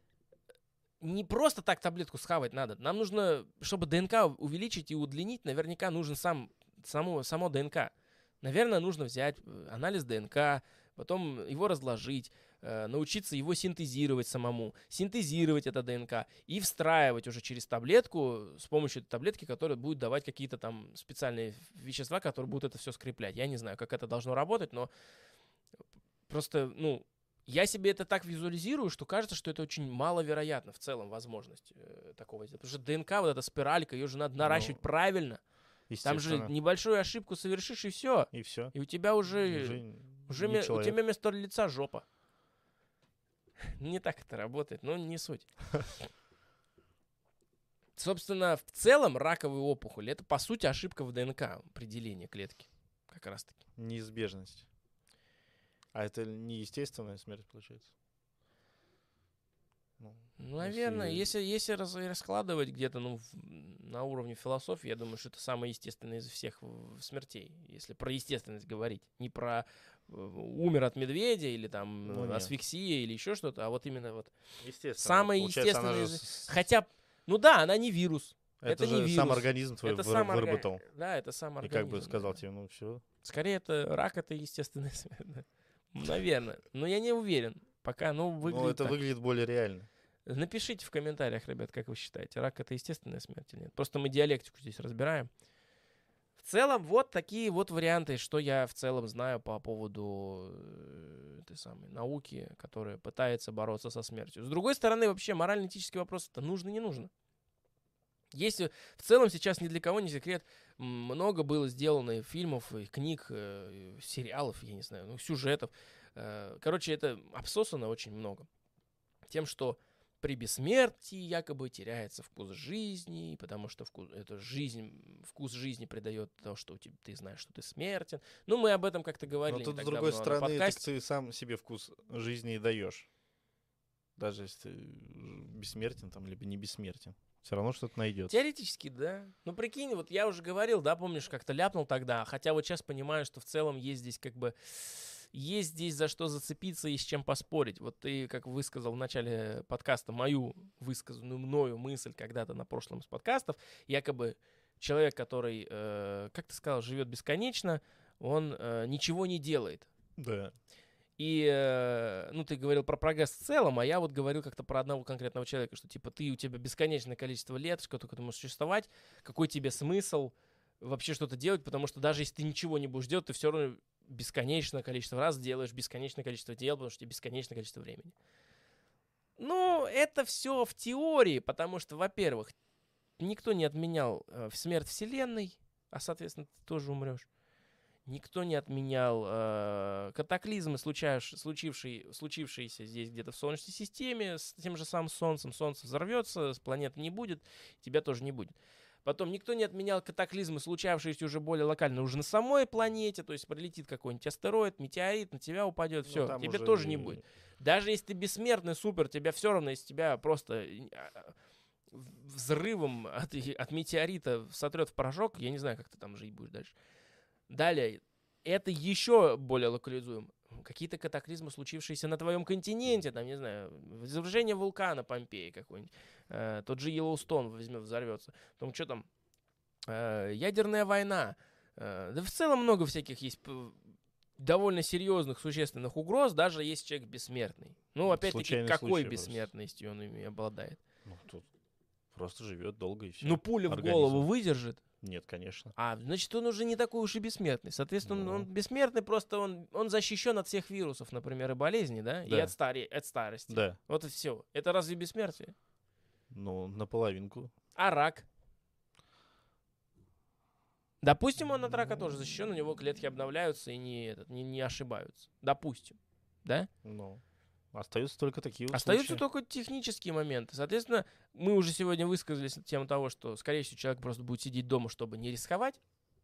не просто так таблетку схавать надо. Нам нужно, чтобы ДНК увеличить и удлинить, наверняка нужен сам само, само ДНК. Наверное, нужно взять анализ ДНК, потом его разложить, э, научиться его синтезировать самому, синтезировать это ДНК и встраивать уже через таблетку с помощью этой таблетки, которая будет давать какие-то там специальные вещества, которые будут это все скреплять. Я не знаю, как это должно работать, но просто, ну, я себе это так визуализирую, что кажется, что это очень маловероятно в целом возможность э, такого сделать. Потому что ДНК, вот эта спиралька, ее же надо наращивать Ну, правильно. Там же естественно. небольшую ошибку совершишь, и все. И все. И у тебя уже, Уже, уже не ме- у человек. тебя вместо лица жопа. Не так это работает, но не суть. Собственно, в целом раковая опухоль — это, по сути, ошибка в ДНК определения клетки. Как раз-таки. Неизбежность. А это не естественная смерть, получается? Ну, Ну, наверное, если- если, если раз- раскладывать где-то ну, в- на уровне философии, я думаю, что это самое естественное из всех в- смертей. Если про естественность говорить. Не про э, умер от медведя или там Ну, э, нет. асфиксия или еще что-то, а вот именно вот. Естественно. Самое Получается, она естественное же из- с- Хотя, ну да, она не вирус. Это, это не же сам вирус. организм твой это выр- сам орга- выработал. Да, это сам И организм. как бы сказал да. тебе, ну все. Скорее, это рак, это естественная смерть. да. Наверное. Но я не уверен. Пока, ну, выглядит Ну, это так. выглядит более реально. Напишите в комментариях, ребят, как вы считаете, рак — это естественная смерть или нет. Просто мы диалектику здесь разбираем. В целом, вот такие вот варианты, что я в целом знаю по поводу э, этой самой науки, которая пытается бороться со смертью. С другой стороны, вообще, морально-этический вопрос — это нужно, не нужно. Если в целом сейчас ни для кого не секрет, м, много было сделано и фильмов, и книг, э, и сериалов, я не знаю, ну, сюжетов. Э, Короче, это обсосано очень много. Тем, что при бессмертии якобы теряется вкус жизни, потому что вкус, это жизнь, вкус жизни придает то, что у тебя, ты знаешь, что ты смертен. Ну, мы об этом как-то говорили. Но не тут, так с другой давно на стороны, так подкасте. ты сам себе вкус жизни и даешь. Даже если ты бессмертен там, либо не бессмертен. Все равно что-то найдется. Теоретически, да. Ну, прикинь, вот я уже говорил, да, помнишь, как-то ляпнул тогда, хотя вот сейчас понимаю, что в целом есть здесь как бы, есть здесь за что зацепиться и с чем поспорить. Вот ты, как высказал в начале подкаста мою высказанную мною мысль когда-то на прошлом из подкастов, якобы человек, который, э, как ты сказал, живет бесконечно, он э, ничего не делает. Да. И, э, ну, ты говорил про прогресс в целом, а я вот говорил как-то про одного конкретного человека, что, типа, ты, у тебя бесконечное количество лет, сколько ты можешь существовать, какой тебе смысл вообще что-то делать, потому что даже если ты ничего не будешь делать, ты все равно бесконечное количество раз делаешь бесконечное количество дел, потому что тебе бесконечное количество времени. Ну, это все в теории, потому что, во-первых, никто не отменял э, смерть Вселенной, а, соответственно, ты тоже умрешь. Никто не отменял э, катаклизмы, случаешь- случившие, случившиеся здесь где-то в Солнечной системе, с тем же самым Солнцем. Солнце взорвется, с планеты не будет, тебя тоже не будет. Потом никто не отменял катаклизмы, случавшиеся уже более локально, уже на самой планете, то есть прилетит какой-нибудь астероид, метеорит, на тебя упадет, Ну, все, там тебе уже тоже и- не будет. Даже если ты бессмертный, супер, тебя все равно, если тебя просто э, взрывом от, от метеорита сотрет в порошок, я не знаю, как ты там жить будешь дальше. Далее, это еще более локализуем. Какие-то катаклизмы, случившиеся на твоем континенте, там, не знаю, извержение вулкана Помпеи какой-нибудь, э, тот же Йеллоустон возьмет, взорвется. Потом что там, э, ядерная война. Э, да в целом много всяких есть п- довольно серьезных, существенных угроз, даже если человек бессмертный. Ну, Ну, опять-таки, случайный какой случай просто. бессмертностью он ими обладает? Ну, тут просто живет долго и все. Ну, пуля в Организм. голову выдержит. Нет, конечно. А, значит, он уже не такой уж и бессмертный. Соответственно, он- Ну. он бессмертный, просто он, он защищен от всех вирусов, например, и болезней, да? И Да. от, стари, от старости. Да. Вот и все. Это разве бессмертие? Ну, наполовинку. А рак? Допустим, он от рака тоже защищен, у него клетки обновляются и не, этот, не, не ошибаются. Допустим. Да? Ну, остаются только такие вот Остаются случаи. только технические моменты. Соответственно, мы уже сегодня высказались на тему того, что, скорее всего, человек просто будет сидеть дома, чтобы не рисковать.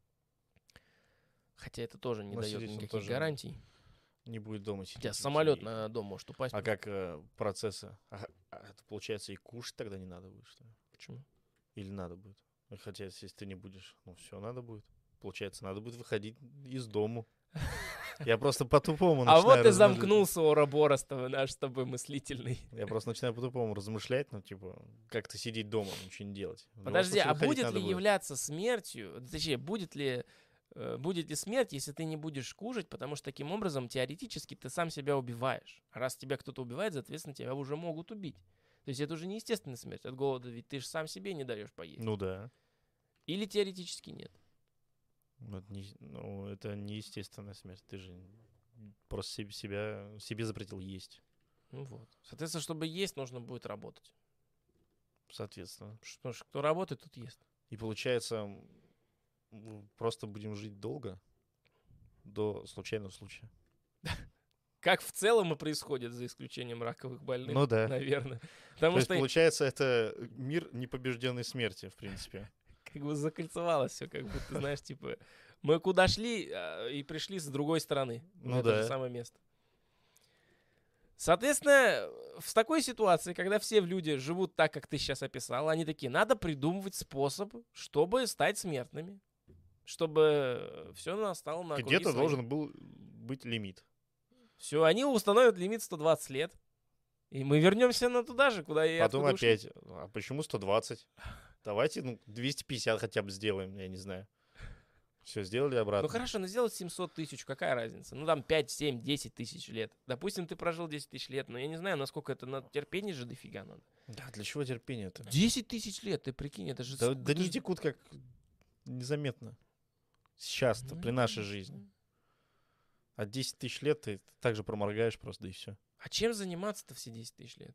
Хотя это тоже не Но дает сидеть он никаких тоже гарантий. Не будет дома У сидеть. тебя и самолет сидеть. на дом может упасть. А как э, процессы? А, а это получается и кушать тогда не надо будет, что ли? Почему? Или надо будет? Ну, Хотя, если ты не будешь, ну все, надо будет. Получается, надо будет выходить из дому. Я просто по-тупому А начинаю вот и размышлять. замкнулся Уроборос, наш с тобой мыслительный. Я просто начинаю по-тупому размышлять, ну, типа, как-то сидеть дома, ничего не делать. В любом Подожди, случае, а выходить будет надо ли являться смертью, точнее, будет ли э, будет ли смерть, если ты не будешь кушать, потому что таким образом теоретически ты сам себя убиваешь. А раз тебя кто-то убивает, соответственно, тебя уже могут убить. То есть это уже не естественная смерть от голода, ведь ты же сам себе не даешь поесть. Ну да. Или теоретически нет. Ну, это не, ну, это не естественная смерть. Ты же просто себе, себя, себе запретил есть. Ну вот. Соответственно, чтобы есть, нужно будет работать. Соответственно. Потому что кто работает, тот ест. И получается, просто будем жить долго до случайного случая. Как в целом и происходит, за исключением раковых больных. Ну да. Наверное. Потому То что есть, получается, это мир непобежденной смерти, в принципе. как бы закольцевалось все, как будто, знаешь, типа, мы куда шли а, и пришли с другой стороны. Ну в это да. же самое место. Соответственно, в такой ситуации, когда все люди живут так, как ты сейчас описал, они такие, надо придумывать способ, чтобы стать смертными. Чтобы все настало на круги Где-то своя. должен был быть лимит. Все, они установят лимит сто двадцать лет. И мы вернемся на туда же, куда и Потом откуда ушли. опять, а почему сто двадцать? Давайте, ну, двести пятьдесят хотя бы сделаем, я не знаю. Все, сделали обратно. Ну хорошо, но сделать семьсот тысяч, какая разница? Ну там пять, семь, десять тысяч лет. Допустим, ты прожил десять тысяч лет, но я не знаю, насколько это, на терпение же дофига надо. Да, для чего терпение-то? десять тысяч лет, ты прикинь, это же... Да, ск- да это не же- текут как незаметно. Сейчас-то, при Ну, нашей жизни. А десять тысяч лет ты так же проморгаешь просто, да и все. А чем заниматься-то все десять тысяч лет?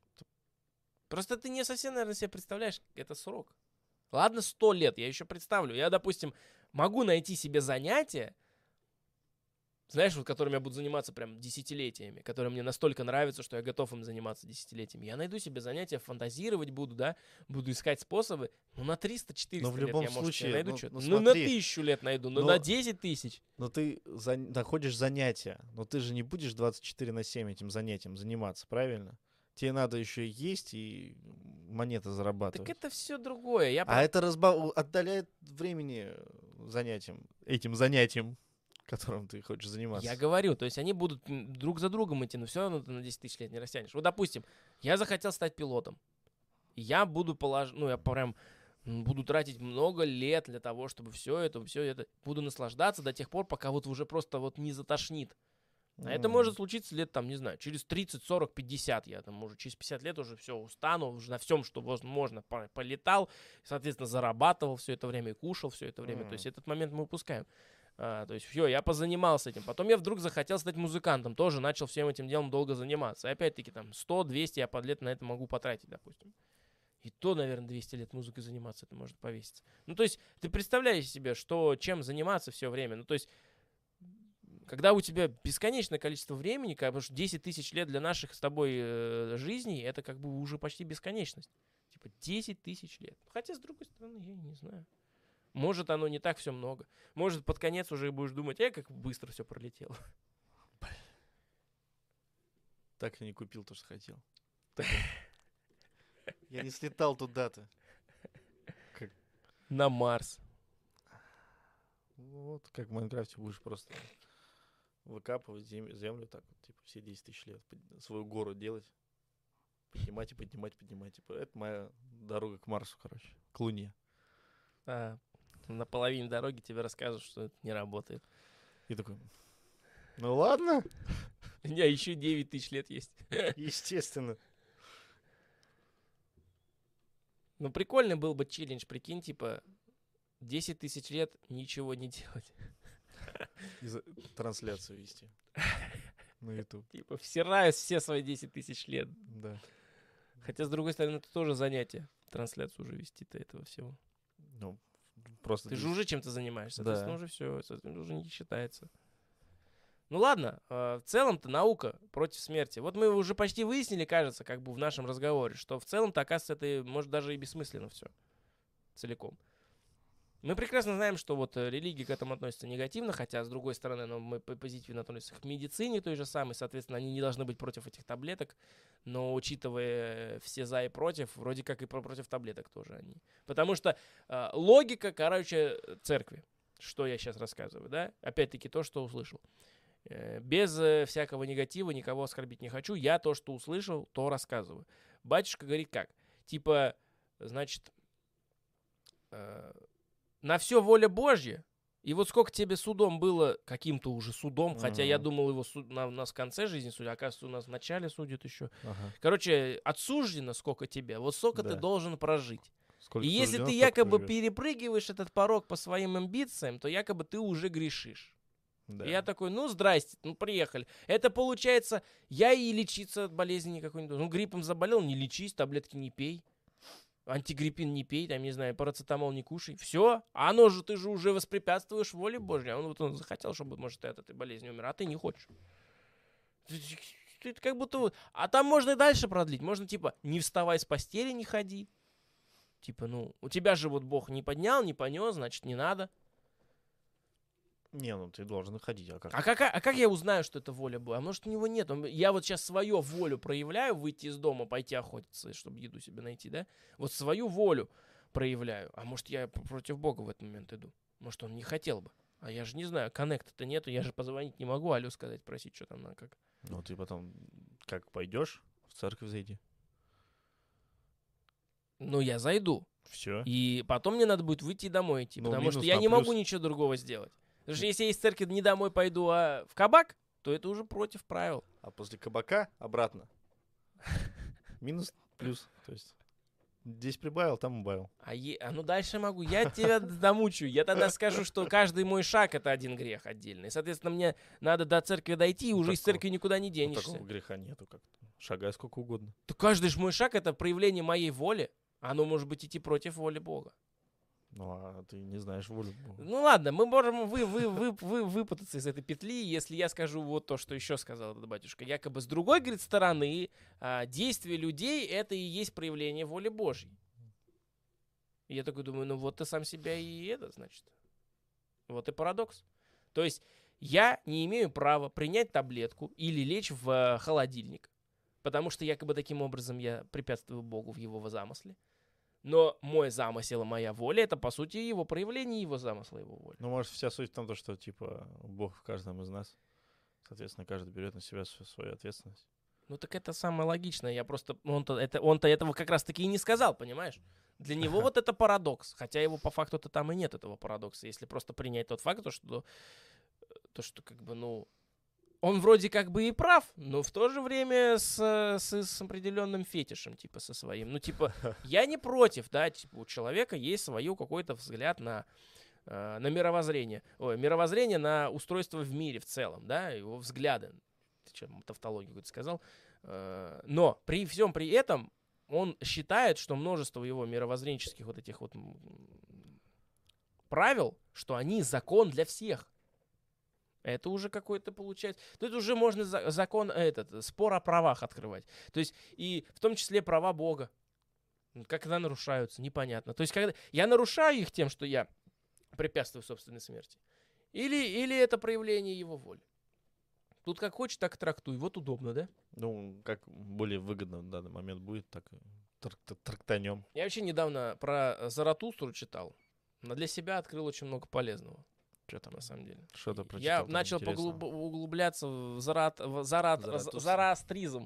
Просто ты не совсем, наверное, себе представляешь, это срок. Ладно, сто лет, я еще представлю. Я, допустим, могу найти себе занятие, знаешь, вот которым я буду заниматься прям десятилетиями, которые мне настолько нравятся, что я готов им заниматься десятилетиями. Я найду себе занятия, фантазировать буду, да, буду искать способы. Ну, на триста-четыреста Но в лет любом я, может, случае, себе найду ну, что-то. ну, Ну, на смотри. тысячу лет найду, но, Но- на десять тысяч. Но ты за- находишь занятия, но ты же не будешь двадцать четыре на семь этим занятием заниматься, правильно? Тебе надо еще и есть и монеты зарабатывать. Так это все другое. Я А это разба- отдаляет времени занятиям, этим занятием, которым ты хочешь заниматься. Я говорю, то есть они будут м, друг за другом идти, но все равно ты на десять тысяч лет не растянешь. Вот, допустим, я захотел стать пилотом. И я буду положить, ну, я прям м, буду тратить много лет для того, чтобы все это, все это, буду наслаждаться до тех пор, пока вот уже просто вот не затошнит. А это М. может случиться лет, там, не знаю, через тридцать, сорок, пятьдесят. Я там уже через пятьдесят лет уже все устану, уже на всем, что возможно, по- полетал, соответственно, зарабатывал все это время и кушал все это время. М. То есть этот момент мы упускаем. А, то есть все, я позанимался этим. Потом я вдруг захотел стать музыкантом, тоже начал всем этим делом долго заниматься. И опять-таки там сто-двести я под лет на это могу потратить, допустим. И то, наверное, двести лет музыкой заниматься, это может повеситься. Ну, то есть ты представляешь себе, что, чем заниматься все время. Ну, то есть когда у тебя бесконечное количество времени, как, потому что десять тысяч лет для наших с тобой э, жизней, это как бы уже почти бесконечность. Типа десять тысяч лет. Хотя, с другой стороны, я не знаю. Может, оно не так все много. Может, под конец уже будешь думать, э, как быстро все пролетело. Так и не купил то, что хотел. Так и- Я не слетал туда-то. На Марс. Вот, как в Майнкрафте будешь просто выкапывать зем- землю так вот, типа, все десять тысяч лет, под- свою гору делать, поднимать и поднимать, поднимать. Типа, это моя дорога к Марсу, короче, к Луне. А, на половине дороги тебе расскажут, что это не работает. И такой, ну ладно, У меня еще девять тысяч лет есть. естественно. Ну, прикольный был бы челлендж, прикинь, типа, десять тысяч лет ничего не делать. И за- трансляцию вести на YouTube. Типа, всираюсь все свои десять тысяч лет. Да. Хотя, с другой стороны, это тоже занятие. Трансляцию уже вести-то этого всего. Ну, просто Ты же дес- уже чем-то занимаешься. Да. Соответственно, уже все. Соответственно, уже не считается. Ну ладно, э, в целом-то наука против смерти. Вот мы уже почти выяснили, кажется, как бы в нашем разговоре, что в целом-то, оказывается, это может даже и бессмысленно все. Целиком. Мы прекрасно знаем, что вот э, религия к этому относится негативно, хотя, с другой стороны, ну, мы по- позитивно относимся к медицине той же самой, соответственно, они не должны быть против этих таблеток, но учитывая э, все за и против, вроде как и про- против таблеток тоже они. Потому что э, логика, короче, церкви, что я сейчас рассказываю, да, опять-таки то, что услышал. Э, Без э, всякого негатива, никого оскорбить не хочу, я то, что услышал, то рассказываю. Батюшка говорит как? Типа, значит, э, на все воля Божья, И вот сколько тебе судом было, каким-то уже судом, Мгм. хотя я думал, его суд, на, нас в конце жизни судят, оказывается, у нас в начале судят еще. Ага. Короче, отсуждено сколько тебе, вот сколько ты Да. должен прожить. Сколько И если суждено, ты столько якобы проживешь. перепрыгиваешь этот порог по своим амбициям, то якобы ты уже грешишь. Да. И я такой, ну, здрасте, ну, приехали. Это получается, я и лечиться от болезни никакой не должен. Ну, гриппом заболел, не лечись, таблетки не пей. Антигриппин не пей, там, не знаю, парацетамол не кушай. Все. А оно же, ты же уже воспрепятствуешь воле Божьей. А он вот он захотел, чтобы, может, ты от этой болезни умер, а ты не хочешь. Ты, ты- ты как будто... вот- А там можно и дальше продлить. Можно, типа, не вставай с постели, не ходи. Типа, ну, у тебя же вот Бог не поднял, не понес, значит, не надо. Не, ну ты должен ходить, а как? А как, а как я узнаю, что это воля Божья? А может, у него нет? Он- Я вот сейчас свою волю проявляю, выйти из дома, пойти охотиться, чтобы еду себе найти, да? Вот свою волю проявляю. А может, я п- против Бога в этот момент иду? Может, он не хотел бы? А я же не знаю, коннекта-то нету, я же позвонить не могу, алло сказать, просить, что там надо, как. Ну ты потом как пойдешь, в церковь зайди. Ну, я зайду. Все. И потом мне надо будет выйти домой идти, Ну, потому что минус я на не могу плюс. ничего другого сделать. Потому что если я из церкви не домой пойду, а в кабак, то это уже против правил. А после кабака обратно. Минус, плюс. То есть здесь прибавил, там убавил. А, е- а ну дальше могу. Я тебя домучу. Я тогда скажу, что каждый мой шаг — это один грех отдельный. Соответственно, мне надо до церкви дойти, и уже из такого- церкви никуда не Ну, денешься. такого греха нету как-то. Шагай сколько угодно. То каждый же мой шаг — это проявление моей воли. Оно может быть идти против воли Бога. Ну, а ты не знаешь волю Бога. Ну ладно, мы можем вы, вы, вы, вы, выпутаться из этой петли, если я скажу вот то, что еще сказал этот батюшка. Якобы с другой, говорит, стороны, а, действия людей — это и есть проявление воли Божьей. И я такой думаю, ну вот ты сам себя и это, значит. Вот и парадокс. То есть я не имею права принять таблетку или лечь в э, холодильник, потому что якобы таким образом я препятствую Богу в его замысле. Но мой замысел и моя воля — это, по сути, его проявление его замысла, его воли. Ну, может, вся суть в том, что, типа, Бог в каждом из нас. Соответственно, каждый берет на себя св- свою ответственность. Ну так это самое логичное. Я просто... Он-то, это, он-то этого как раз-таки и не сказал, понимаешь? Для него вот это парадокс. Хотя его по факту-то там и нет, этого парадокса. Если просто принять тот факт, то что, то, что как бы, ну... Он вроде как бы и прав, но в то же время с, с, с определенным фетишем, типа, со своим. Ну, типа, я не против, да, типа, у человека есть свой какой-то взгляд на, э, на мировоззрение. Ой, мировоззрение на устройство в мире в целом, да, его взгляды. Ты что, тавтологию какую-то сказал? Э, но при всем при этом он считает, что множество его мировоззренческих вот этих вот м, правил, что они закон для всех. Это уже какой-то получается... Тут уже можно за- закон, этот, спор о правах открывать. То есть и в том числе права Бога. Когда нарушаются, непонятно. То есть когда я нарушаю их тем, что я препятствую собственной смерти. Или, или это проявление его воли. Тут как хочешь, так и трактуй. Вот удобно, да? Ну, как более выгодно в данный момент будет, так и трак- трактанем. Я вообще недавно про Заратустру читал. Но для себя открыл очень много полезного. Что там? На самом деле. Что-то прочитал. Я там начал интересного. поглуб- углубляться в, зарат, в зарат, Заратустра. зороастризм.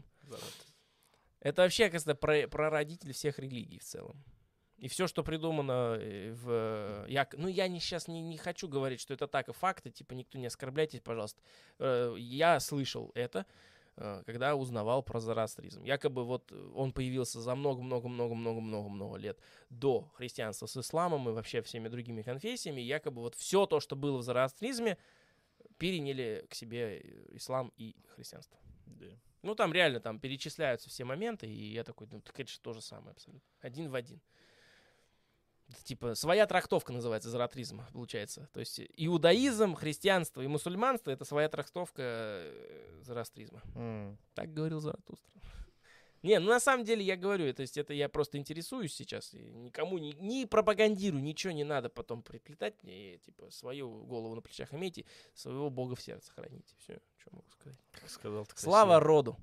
Это вообще, оказывается, про, прародитель всех религий в целом. И все, что придумано э, в... Я, ну, я не, сейчас не, не хочу говорить, что это так и факты, типа, никто не оскорбляйтесь, пожалуйста. Э, Я слышал это, э, когда узнавал про зороастризм. Якобы вот он появился за много-много-много-много-много-много лет до христианства с исламом и вообще всеми другими конфессиями. Якобы вот все то, что было в зороастризме, переняли к себе ислам и христианство. Да. Ну, там реально там перечисляются все моменты, и я такой, ну, так это же то же самое абсолютно. Один в один. Это, типа, своя трактовка называется зороастризма, получается. То есть иудаизм, христианство и мусульманство — это своя трактовка э, зороастризма. М. Так говорил Заратустра. Не, ну на самом деле я говорю, то есть это я просто интересуюсь сейчас. И никому не, не пропагандирую, ничего не надо потом приплетать мне. И, типа, свою голову на плечах имейте, своего Бога в сердце храните. Все, что могу сказать. Как сказал, так Слава роду!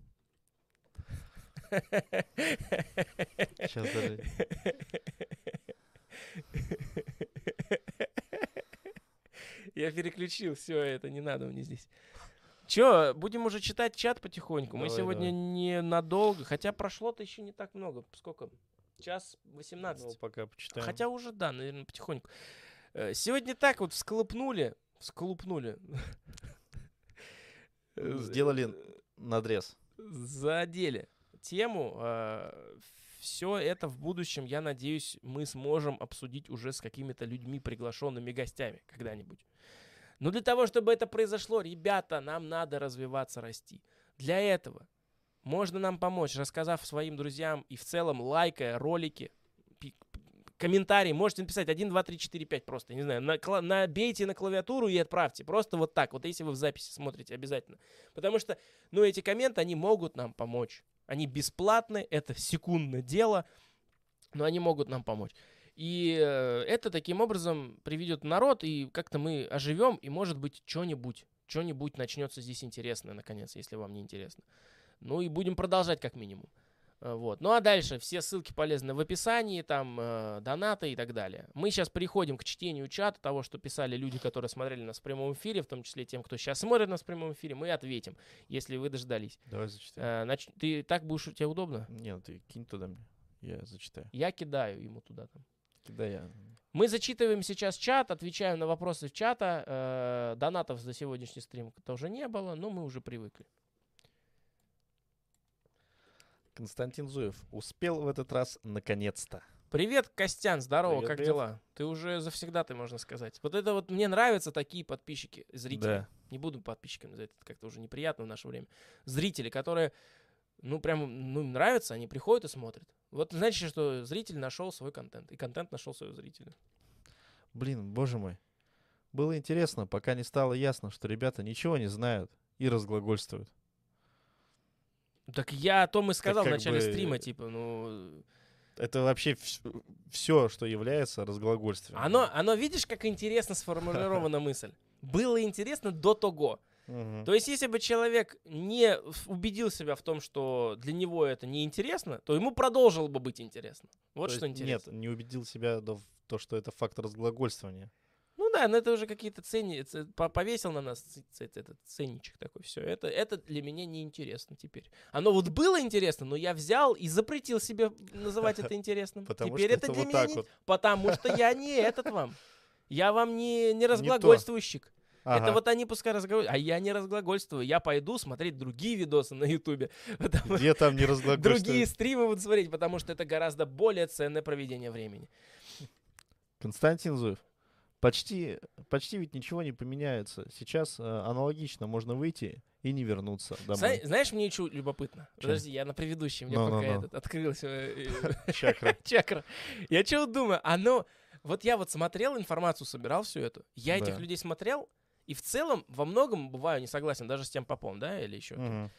Сейчас даже... Я переключил, все, это не надо мне здесь. Че, будем уже читать чат потихоньку. Мы Давай, сегодня давай. ненадолго, хотя прошло-то еще не так много. Сколько? Час Ну, восемнадцать. пока почитаем. Хотя уже, да, наверное, потихоньку. Э, Сегодня так вот всколыпнули, всколыпнули. Сделали надрез. Задели тему. Все это в будущем, я надеюсь, мы сможем обсудить уже с какими-то людьми, приглашенными гостями когда-нибудь. Но для того, чтобы это произошло, ребята, нам надо развиваться, расти. Для этого можно нам помочь, рассказав своим друзьям и в целом лайкая ролики, пи- комментарии. Можете написать один, два, три, четыре, пять просто, не знаю. На, кла- набейте на клавиатуру и отправьте. Просто вот так. Вот если вы в записи смотрите, обязательно. Потому что, ну, эти комменты, они могут нам помочь. Они бесплатны, это секундное дело, но они могут нам помочь. И э, это таким образом приведет народ, и как-то мы оживем, и, может быть, что-нибудь, что-нибудь начнется здесь интересное, наконец, если вам не интересно. Ну и будем продолжать как минимум. Э, вот. Ну а дальше все ссылки полезны в описании, там э, донаты и так далее. Мы сейчас переходим к чтению чата, того, что писали люди, которые смотрели нас в прямом эфире, в том числе тем, кто сейчас смотрит нас в прямом эфире, мы ответим, если вы дождались. Давай зачитаем. Э, нач... Ты так будешь, тебе удобно? Нет, ты кинь туда мне. Я зачитаю. Я кидаю ему туда там. Кидай я. Мы зачитываем сейчас чат, отвечаем на вопросы в чата. Э, донатов за сегодняшний стрим тоже не было, но мы уже привыкли. Константин Зуев успел в этот раз наконец-то. Привет, Костян, здорово, Привет, как привет. дела? Ты уже завсегдатый, можно сказать. Вот это вот мне нравятся такие подписчики, зрители. Да. Не буду подписчиками называть, это как-то уже неприятно в наше время. Зрители, которые, ну, прям, ну, им нравится, они приходят и смотрят. Вот значит, что зритель нашел свой контент, и контент нашел своего зрителя. Блин, боже мой. Было интересно, пока не стало ясно, что ребята ничего не знают и разглагольствуют. Так я о том и сказал в как начале бы- стрима, типа, ну... Это вообще все, что является разглагольствием. Оно, оно, видишь, как интересно сформулирована мысль. Было интересно до того. Мгм. То есть, если бы человек не в- убедил себя в том, что для него это неинтересно, то ему продолжило бы быть интересно. Вот То что есть интересно. Нет, не убедил себя до- в то, что это факт разглагольствования. Ну да, но это уже какие-то ценни... ц- по- повесил на нас ц- ц- этот ценничек такой. Все, это, это для меня неинтересно теперь. Оно вот было интересно, но я взял и запретил себе называть это интересным. Потому теперь что это это для вот меня так не- вот. Потому что я не этот вам. Я вам не, не то. разглагольствующик. Это Ага. вот они пускай разглагольствуют, а я не разглагольствую. Я пойду смотреть другие видосы на Ютубе. потому- Где там не разглагольствуют? Другие стримы буду смотреть, потому что это гораздо более ценное проведение времени. Константин Зуев. Почти, почти ведь ничего не поменяется. Сейчас э, аналогично можно выйти и не вернуться домой. Зна- Знаешь, мне еще любопытно. Чё? Подожди, я на предыдущем, мне Ну, ну, пока ну. этот открылся э, Чакра. чакра. Я что думаю, оно... Вот я вот смотрел информацию, собирал всю эту. Я этих Да. людей смотрел, и в целом во многом бываю не согласен даже с тем попом, да, или еще. Мгм.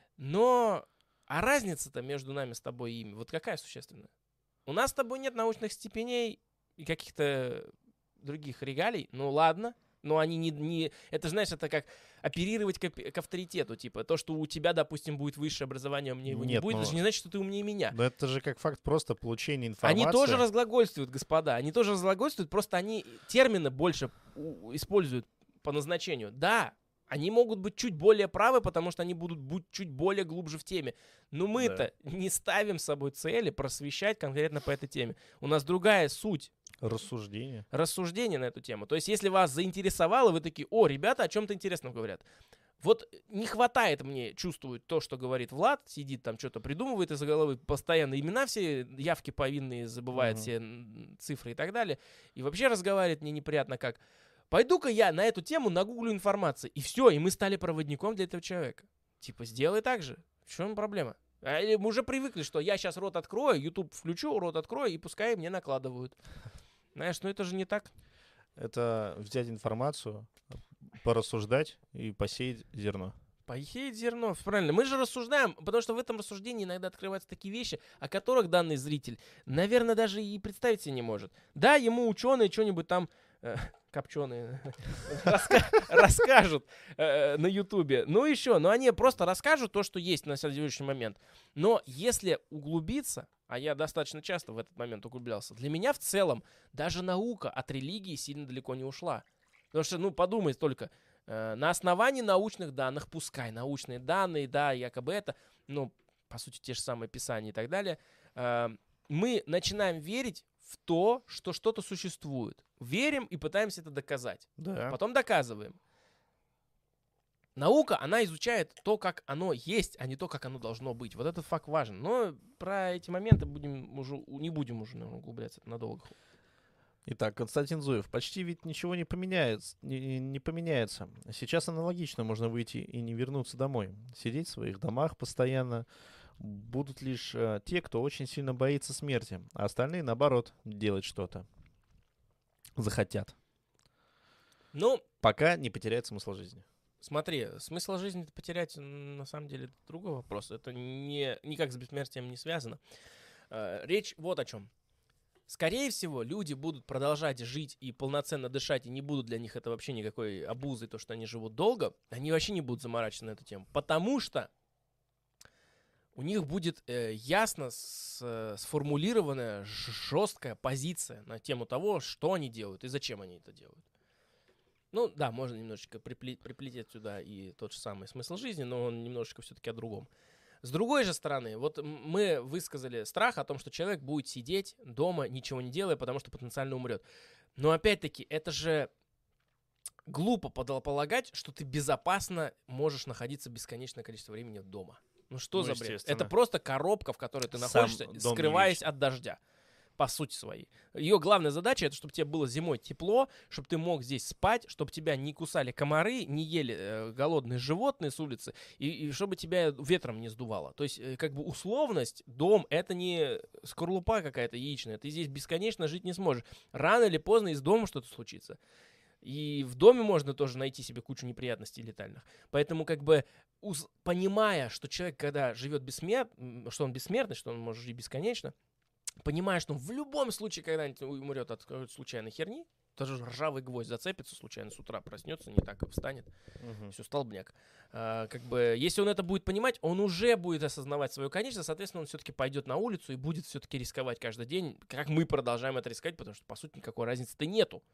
Но, а разница-то между нами с тобой и ими, вот какая существенная? У нас с тобой нет научных степеней и каких-то других регалий, ну ладно, но они не, не... Это, знаешь, это как оперировать к, к авторитету, типа, то, что у тебя, допустим, будет высшее образование, а у меня его не Нет, будет, но- это же не значит, что ты умнее меня. Но это же как факт просто получения информации. Они тоже разглагольствуют, господа, они тоже разглагольствуют, просто они термины больше у- используют по назначению. Да, они могут быть чуть более правы, потому что они будут быть чуть более глубже в теме. Но мы-то не ставим с собой цели просвещать конкретно по этой теме. У нас другая суть Рассуждение. рассуждения на эту тему. То есть, если вас заинтересовало, вы такие, о, ребята о чем-то интересном говорят. Вот не хватает мне чувствовать то, что говорит Влад, сидит там, что-то придумывает из головы, постоянно имена все, явки повинные, забывает Мгм. все м, цифры и так далее. И вообще разговаривает мне неприятно как. Пойду-ка я на эту тему нагуглю информацию. И все, и мы стали проводником для этого человека. Типа, сделай так же. В чем проблема? А, или мы уже привыкли, что я сейчас рот открою, YouTube включу, рот открою, и пускай мне накладывают. Знаешь, ну это же не так. Это взять информацию, порассуждать и посеять зерно. Посеять зерно, правильно. Мы же рассуждаем, потому что в этом рассуждении иногда открываются такие вещи, о которых данный зритель, наверное, даже и представить себе не может. Да, ему ученые что-нибудь там, э, копченые, раска- расскажут э, на Ютубе. Ну еще, но они просто расскажут то, что есть на сегодняшний момент. Но если углубиться, а я достаточно часто в этот момент углублялся, для меня в целом даже наука от религии сильно далеко не ушла. Потому что, ну, подумай только, э, на основании научных данных, пускай научные данные, да, якобы это, ну, по сути, те же самые писания и так далее, э, мы начинаем верить в то, что что-то существует. Верим и пытаемся это доказать. Да. Потом доказываем. Наука, она изучает то, как оно есть, а не то, как оно должно быть. Вот этот факт важен. Но про эти моменты будем уже, не будем уже наверное, углубляться надолго. Итак, Константин Зуев. Почти ведь ничего не поменяется, не, не поменяется. Сейчас аналогично можно выйти и не вернуться домой. Сидеть в своих домах постоянно. Будут лишь э, те, кто очень сильно боится смерти, а остальные, наоборот, делать что-то захотят. Ну, пока не потеряет смысл жизни. Смотри, смысл жизни потерять, на самом деле, это другой вопрос. Это не, никак с бессмертием не связано. Речь вот о чем. Скорее всего, люди будут продолжать жить и полноценно дышать, и не будут для них это вообще никакой обузой, то, что они живут долго. Они вообще не будут заморачиваться на эту тему. Потому что у них будет э, ясно с, э, сформулированная жесткая позиция на тему того, что они делают и зачем они это делают. Ну да, можно немножечко припле- приплететь сюда и тот же самый смысл жизни, но он немножечко все-таки о другом. С другой же стороны, вот мы высказали страх о том, что человек будет сидеть дома, ничего не делая, потому что потенциально умрет. Но опять-таки, это же глупо полагать, что ты безопасно можешь находиться бесконечное количество времени дома. Ну что Ну, за бред? естественно. Это просто коробка, в которой ты Сам находишься, дом не скрываясь вечный. от дождя. По сути своей. Ее главная задача — это чтобы тебе было зимой тепло, чтобы ты мог здесь спать, чтобы тебя не кусали комары, не ели э, голодные животные с улицы, и, и чтобы тебя ветром не сдувало. То есть, э, как бы условность, дом — это не скорлупа какая-то яичная. Ты здесь бесконечно жить не сможешь. Рано или поздно из дома что-то случится. И в доме можно тоже найти себе кучу неприятностей летальных. Поэтому, как бы, уз- понимая, что человек, когда живет бессмертно, что он бессмертный, что он может жить бесконечно, понимая, что он в любом случае когда-нибудь умрет от какой-то случайной херни, даже ржавый гвоздь зацепится случайно с утра, проснется, не так и встанет, Мгм. все, столбняк. А, как бы, если он это будет понимать, он уже будет осознавать свою конечность, соответственно, он все-таки пойдет на улицу и будет все-таки рисковать каждый день, как мы продолжаем это рисковать, потому что, по сути, никакой разницы-то нету.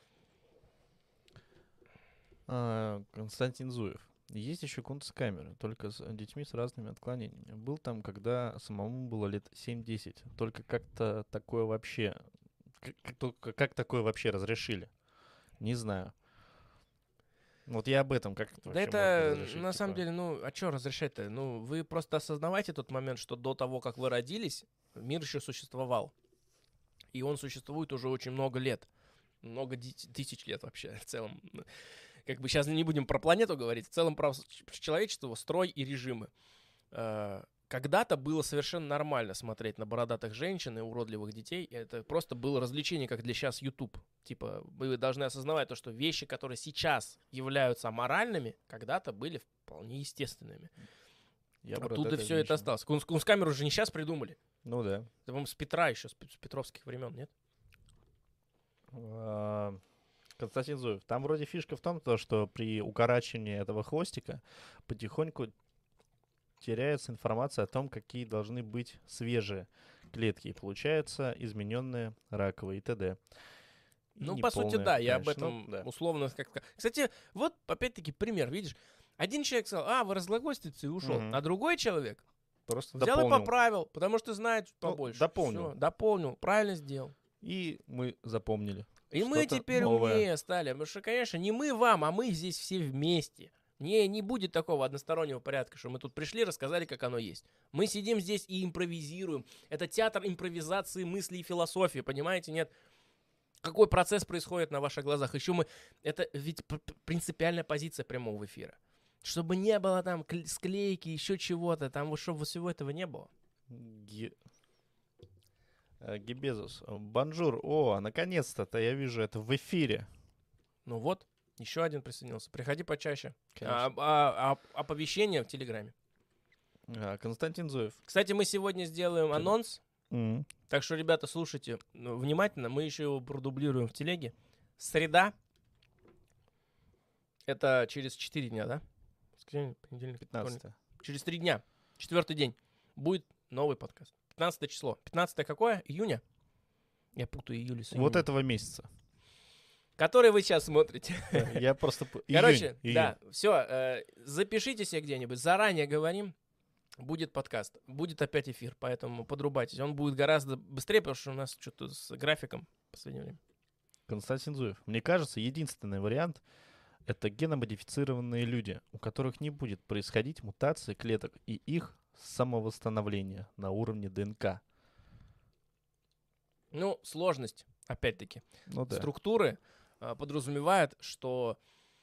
А, Константин Зуев. Есть еще кунсткамеры, только с детьми с разными отклонениями. Был там, когда самому было лет семь-десять. Только как-то такое вообще... Как, как только- как такое вообще разрешили? Не знаю. Вот я об этом. Как это Да вообще это, можно разрешить, на самом типа? деле, ну, а что разрешать-то? Ну, вы просто осознавайте тот момент, что до того, как вы родились, мир еще существовал. И он существует уже очень много лет. Много ди- тысяч лет вообще в целом. Как бы сейчас не будем про планету говорить, в целом про с- человечество, строй и режимы. Э, Когда-то было совершенно нормально смотреть на бородатых женщин и уродливых детей. Это просто было развлечение, как для сейчас YouTube. Типа, вы должны осознавать то, что вещи, которые сейчас являются аморальными, когда-то были вполне естественными. Я про Оттуда это все это лично. осталось. Кунс- Кунсткамеру же не сейчас придумали. Ну да. Это, по-моему, с Петра еще, с пе- с петровских времен, нет? А, Константин Зуев. Там вроде фишка в том, то, что при укорачивании этого хвостика потихоньку теряется информация о том, какие должны быть свежие клетки. И получается измененные раковые и т.д. И Ну, по сути, неполная да, я об какая-то, этом ну, да. условно как-то... Кстати, вот опять-таки пример, видишь? Один человек сказал, а, вы разглагольствуете, и ушел. Мгм. А другой человек Просто взял и дополнил. поправил, потому что знает Ну, побольше. дополнил. Всё, дополнил, правильно сделал. И мы запомнили. И мы Что-то теперь новое. умнее стали. Потому что, конечно, не мы вам, а мы здесь все вместе. Не, не будет такого одностороннего порядка, что мы тут пришли, рассказали, как оно есть. Мы сидим здесь и импровизируем. Это театр импровизации мысли и философии, понимаете? Нет. Какой процесс происходит на ваших глазах? Еще мы... Это ведь п- п- принципиальная позиция прямого эфира. Чтобы не было там кл- склейки, еще чего-то. Там вот чтобы всего этого не было. Ге- э, Гебезус. Бонжур. О, наконец-то-то я вижу это в эфире. Ну вот, еще один присоединился. Приходи почаще. Конечно. А, а- а- оповещение в Телеграме. А, Константин Зуев. Кстати, мы сегодня сделаем Чё-то- анонс. М. Так что, ребята, слушайте ну, внимательно. Мы еще его продублируем в телеге. Среда. Это через четыре дня, да? Воскресенье, понедельник, вторник. пятнадцатое. Через три дня. Четвертый день. Будет новый подкаст. пятнадцатое число. пятнадцатое какое? Июня? Я путаю июль с июнем. Вот этого месяца. Который вы сейчас смотрите. Да, Я просто... п- Короче, июнь, да, все, запишите себе где-нибудь, заранее говорим. будет подкаст, будет опять эфир, поэтому подрубайтесь. Он будет гораздо быстрее, потому что у нас что-то с графиком в последнее время. Константин Зуев. Мне кажется, единственный вариант — это геномодифицированные люди, у которых не будет происходить мутации клеток и их самовосстановление на уровне ДНК. Ну, сложность, опять-таки. Ну да. Структуры а, подразумевают, что...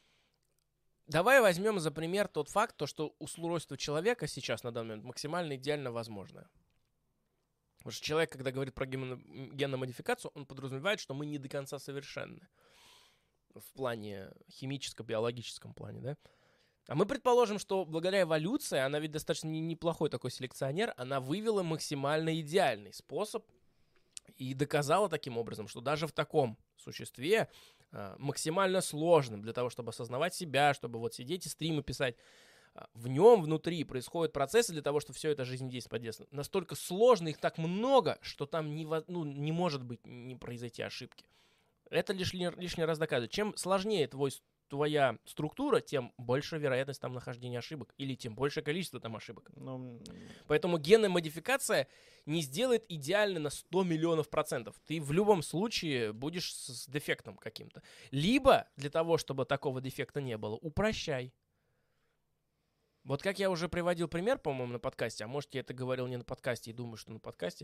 Давай возьмем за пример тот факт, то, что устройство человека сейчас на данный момент максимально идеально возможное. Потому что человек, когда говорит про ген- геномодификацию, он подразумевает, что мы не до конца совершенны. В плане химическом, биологическом плане, да? А мы предположим, что благодаря эволюции, она ведь достаточно неплохой такой селекционер, она вывела максимально идеальный способ и доказала таким образом, что даже в таком существе, э, максимально сложном для того, чтобы осознавать себя, чтобы вот сидеть и стримы писать, э, в нем внутри происходят процессы для того, чтобы все это жизнедействие поддерживать. Настолько сложно, их так много, что там не, ну, не может быть, не произойти ошибки. Это лишь лишний раз доказывает. Чем сложнее твой, твоя структура, тем больше вероятность там нахождения ошибок. Или тем большее количество там ошибок. Ну, Поэтому генная модификация не сделает идеально на сто миллионов процентов. Ты в любом случае будешь с дефектом каким-то. Либо для того, чтобы такого дефекта не было, упрощай. Вот как я уже приводил пример, по-моему, на подкасте, а может, я это говорил не на подкасте и думаю, что на подкасте,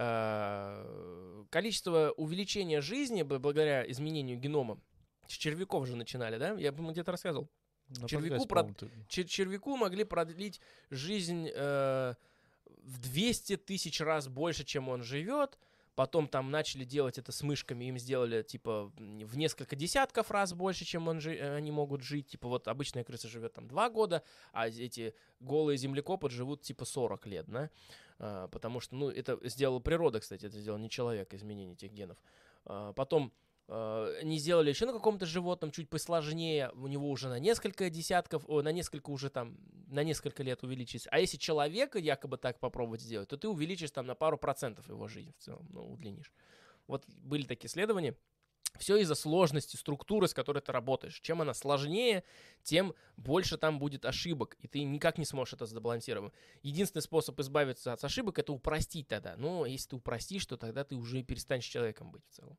количество увеличения жизни благодаря изменению генома, с червяков же начинали, да? Я, по-моему, где-то рассказывал. Червяку, прод... Чер- червяку могли продлить жизнь э, в двести тысяч раз больше, чем он живет. Потом там начали делать это с мышками, им сделали типа в несколько десятков раз больше, чем он жи- они могут жить. Типа вот обычная крыса живет там два года, а эти голые землекопы живут типа сорок лет, да? А, потому что, ну, это сделала природа, кстати, это сделал не человек, изменение этих генов. А, потом Uh, не сделали еще на каком-то животном чуть посложнее, у него уже на несколько десятков, о, на несколько уже там, на несколько лет увеличится. А если человека якобы так попробовать сделать, то ты увеличишь там на пару процентов его жизнь в целом, ну, удлинишь. Вот были такие исследования. Все из-за сложности структуры, с которой ты работаешь. Чем она сложнее, тем больше там будет ошибок, и ты никак не сможешь это сбалансировать. Единственный способ избавиться от ошибок — это упростить тогда. Но если ты упростишь, то тогда ты уже перестанешь человеком быть в целом.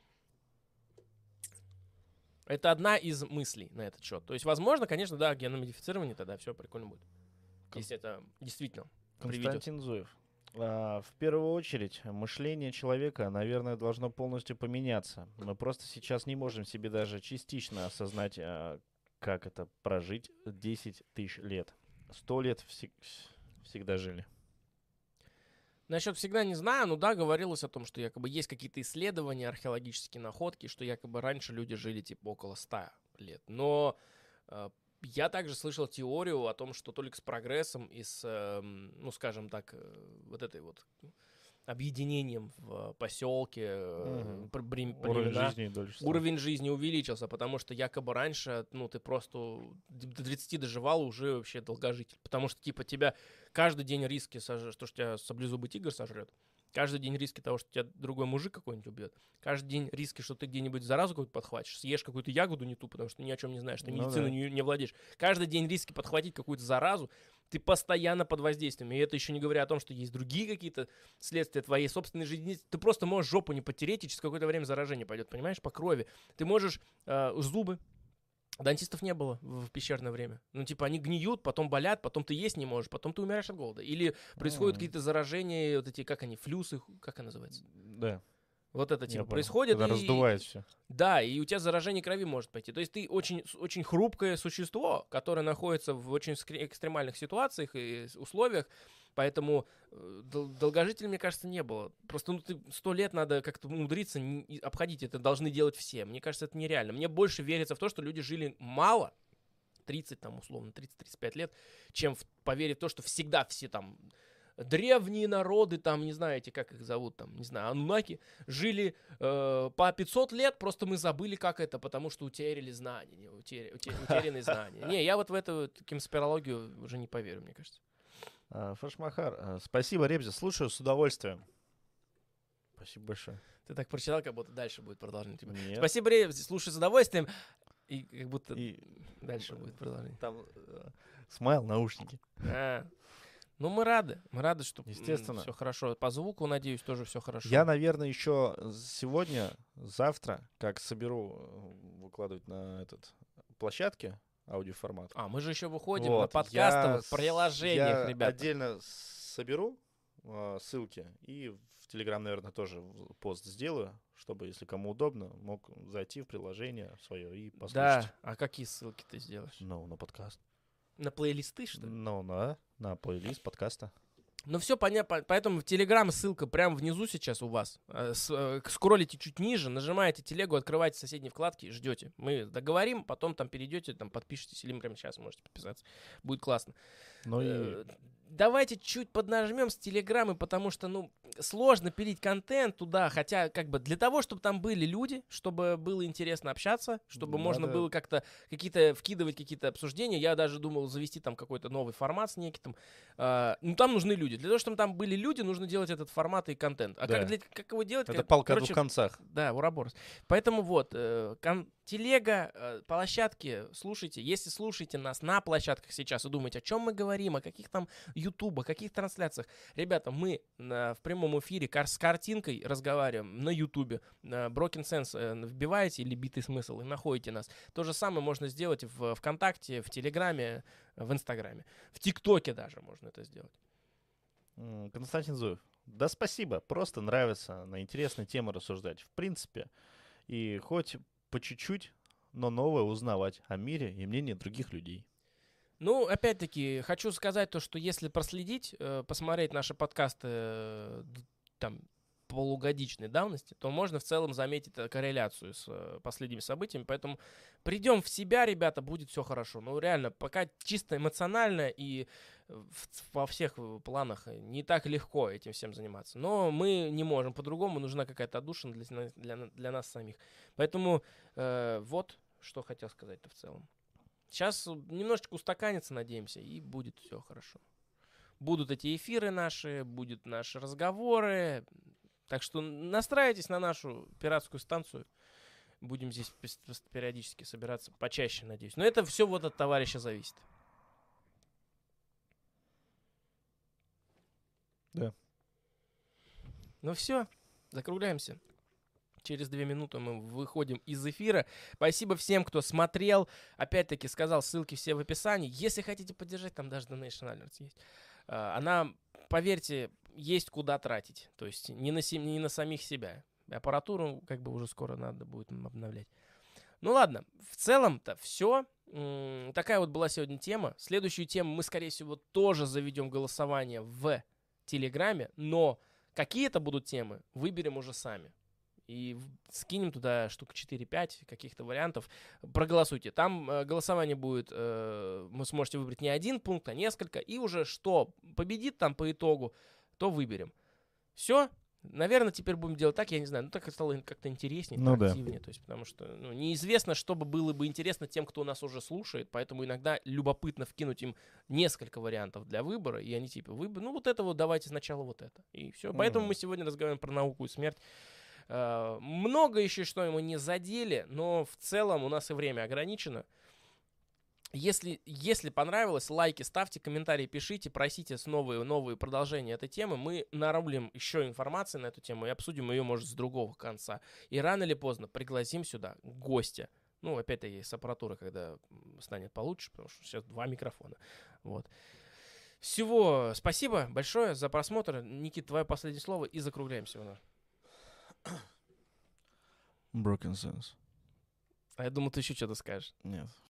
Это одна из мыслей на этот счет. То есть, возможно, конечно, да, геномодифицирование, тогда все прикольно будет. Кон... Если это действительно Константин приведет. Зуев. А, в первую очередь, мышление человека, наверное, должно полностью поменяться. Мы просто сейчас не можем себе даже частично осознать, а, как это прожить десять тысяч лет. Сто лет вс- всегда жили. Насчет всегда не знаю, но да, говорилось о том, что якобы есть какие-то исследования, археологические находки, что якобы раньше люди жили типа около ста лет. Но э, я также слышал теорию о том, что только с прогрессом и с, э, ну скажем так, э, вот этой вот объединением в поселке, угу. э, бри- уровень, племена, жизни дольше уровень жизни увеличился, потому что якобы раньше, ну, ты просто до тридцати доживал, уже вообще долгожитель. Потому что, типа, тебя каждый день риски, сож... что тебя саблезубый тигр сожрет, каждый день риски того, что тебя другой мужик какой-нибудь убьет, каждый день риски, что ты где-нибудь заразу какую-то подхватишь, съешь какую-то ягоду не ту, потому что ни о чем не знаешь, ты ну медициной да. не, не владеешь. Каждый день риски подхватить какую-то заразу, ты постоянно под воздействием. И это еще не говоря о том, что есть другие какие-то следствия твоей собственной жизни. Ты просто можешь жопу не потереть, и через какое-то время заражение пойдет, понимаешь, по крови. Ты можешь э, зубы. Дантистов не было в пещерное время. Ну, типа, они гниют, потом болят, потом ты есть не можешь, потом ты умираешь от голода. Или происходят mm. какие-то заражения, вот эти, как они, флюсы, как это называется? Да. Вот это, типа, Я происходит. Когда и... раздувает все. Да, и у тебя заражение крови может пойти. То есть ты очень, очень хрупкое существо, которое находится в очень экстремальных ситуациях и условиях, поэтому долгожителей, мне кажется, не было. Просто ну, ты сто лет надо как-то умудриться не, обходить. Это должны делать все. Мне кажется, это нереально. Мне больше верится в то, что люди жили мало, тридцать, там, условно, тридцать-тридцать пять лет, чем в, поверить в то, что всегда все там... Древние народы, там, не знаете, как их зовут, там, не знаю, анунаки, жили э, по пятьсот лет, просто мы забыли, как это, потому что утеряли знания, не, утери, утери, утерянные знания. Не, я вот в эту конспирологию уже не поверю, мне кажется. Фашмахар, спасибо, Ребзи, слушаю с удовольствием. Спасибо большое. Ты так прочитал, как будто дальше будет продолжение. Типа, Нет. Спасибо, Ребзи, слушаю с удовольствием, и как будто и... дальше будет продолжение. Там э, смайл, наушники. А. Ну, мы рады. Мы рады, что Естественно. все хорошо. По звуку, надеюсь, тоже все хорошо. Я, наверное, еще сегодня, завтра, как соберу э, выкладывать на этот площадке аудиоформат. А, мы же еще выходим Вот, на подкастовых я с- приложениях, я ребята. отдельно соберу э, ссылки и в Телеграм, наверное, тоже в- пост сделаю, чтобы, если кому удобно, мог зайти в приложение свое и послушать. Да, а какие ссылки ты сделаешь? Ну, на подкаст. На плейлисты, что ли? Ну, на, на плейлист подкаста. Ну, все понятно, поэтому в Телеграм ссылка прямо внизу сейчас у вас. Э, с- э, скроллите чуть ниже, нажимаете телегу, открываете соседние вкладки и ждете. Мы договорим, потом там перейдете, там подпишитесь, или прямо сейчас можете подписаться. Будет классно. Ну и Э, Давайте чуть поднажмем с Телеграма, потому что, ну, сложно пилить контент туда, хотя, как бы, для того, чтобы там были люди, чтобы было интересно общаться, чтобы можно Надо- было как-то какие-то, вкидывать какие-то обсуждения. Я даже думал завести там какой-то новый формат с неким. А, ну, там нужны люди. Для того, чтобы там были люди, нужно делать этот формат и контент. А Да. как, для, как его делать? это Как- палка о короче, двух концах. да, уроборос. Поэтому вот, э, кон- телега, э, площадки, слушайте. Если слушаете нас на площадках сейчас и думаете, о чем мы говорим, о каких там ютубах, о каких трансляциях. Ребята, мы на- в прямом эфире кар- с картинкой разговариваем на ютубе. На Broken Sense э, вбиваете или битый смысл и находите нас. То же самое можно сделать в ВКонтакте, в Телеграме, в Инстаграме. В ТикТоке даже можно это сделать. М, Константин Зуев. Да спасибо, просто нравится на интересные темы рассуждать. В принципе, и хоть по чуть-чуть, но новое узнавать о мире и мнении других людей. Ну, опять-таки, хочу сказать то, что если проследить, э, посмотреть наши подкасты э, д- там полугодичной давности, то можно в целом заметить э, корреляцию с э, последними событиями. Поэтому придем в себя, ребята, будет все хорошо. Ну, реально, пока чисто эмоционально и э, в- во всех э, планах не так легко этим всем заниматься. Но мы не можем по-другому, нужна какая-то отдушина для, на- для, на- для нас самих. Поэтому э, вот что хотел сказать-то в целом. Сейчас немножечко устаканится, надеемся, и будет все хорошо. Будут эти эфиры наши, будут наши разговоры. Так что настраивайтесь на нашу пиратскую станцию. Будем здесь пес- пес- периодически собираться, почаще, надеюсь. Но это все вот от товарища зависит. Да. Ну все, закругляемся. Через две минуты мы выходим из эфира. Спасибо всем, кто смотрел. Опять-таки сказал, ссылки все в описании. Если хотите поддержать, там даже Donation Alerts есть. А, Она, поверьте, есть куда тратить. То есть не на, сем- не на самих себя. Аппаратуру как бы уже скоро надо будет обновлять. Ну ладно, в целом-то все. Такая вот была сегодня тема. Следующую тему мы, скорее всего, тоже заведем голосование в Телеграме. Но какие это будут темы, выберем уже сами. И в- скинем туда штук четыре-пять каких-то вариантов. Проголосуйте. Там э, голосование будет, э, вы сможете выбрать не один пункт, а несколько. И уже что победит там по итогу, то выберем. Все. Наверное, теперь будем делать так, я не знаю, ну так стало как-то интереснее, Ну да. интерактивнее. То есть, потому что ну, неизвестно, что бы было бы интересно тем, кто нас уже слушает, поэтому иногда любопытно вкинуть им несколько вариантов для выбора, и они типа, выбор, ну вот это вот, давайте сначала вот это. И все. Поэтому Мгм. мы сегодня разговариваем про науку и смерть. Э, Много еще что мы не задели, но в целом у нас и время ограничено. Если, если понравилось, лайки ставьте, комментарии пишите, просите с новые, новые продолжения этой темы. Мы нарублим еще информации на эту тему и обсудим ее, может, с другого конца. И рано или поздно пригласим сюда гостя. Ну, опять-таки, с аппаратурой, когда м, станет получше, потому что сейчас два микрофона. Вот. Всего спасибо большое за просмотр. Никит, твое последнее слово и закругляемся у нас. Broken Sense. А я думал, ты еще что-то скажешь. Нет.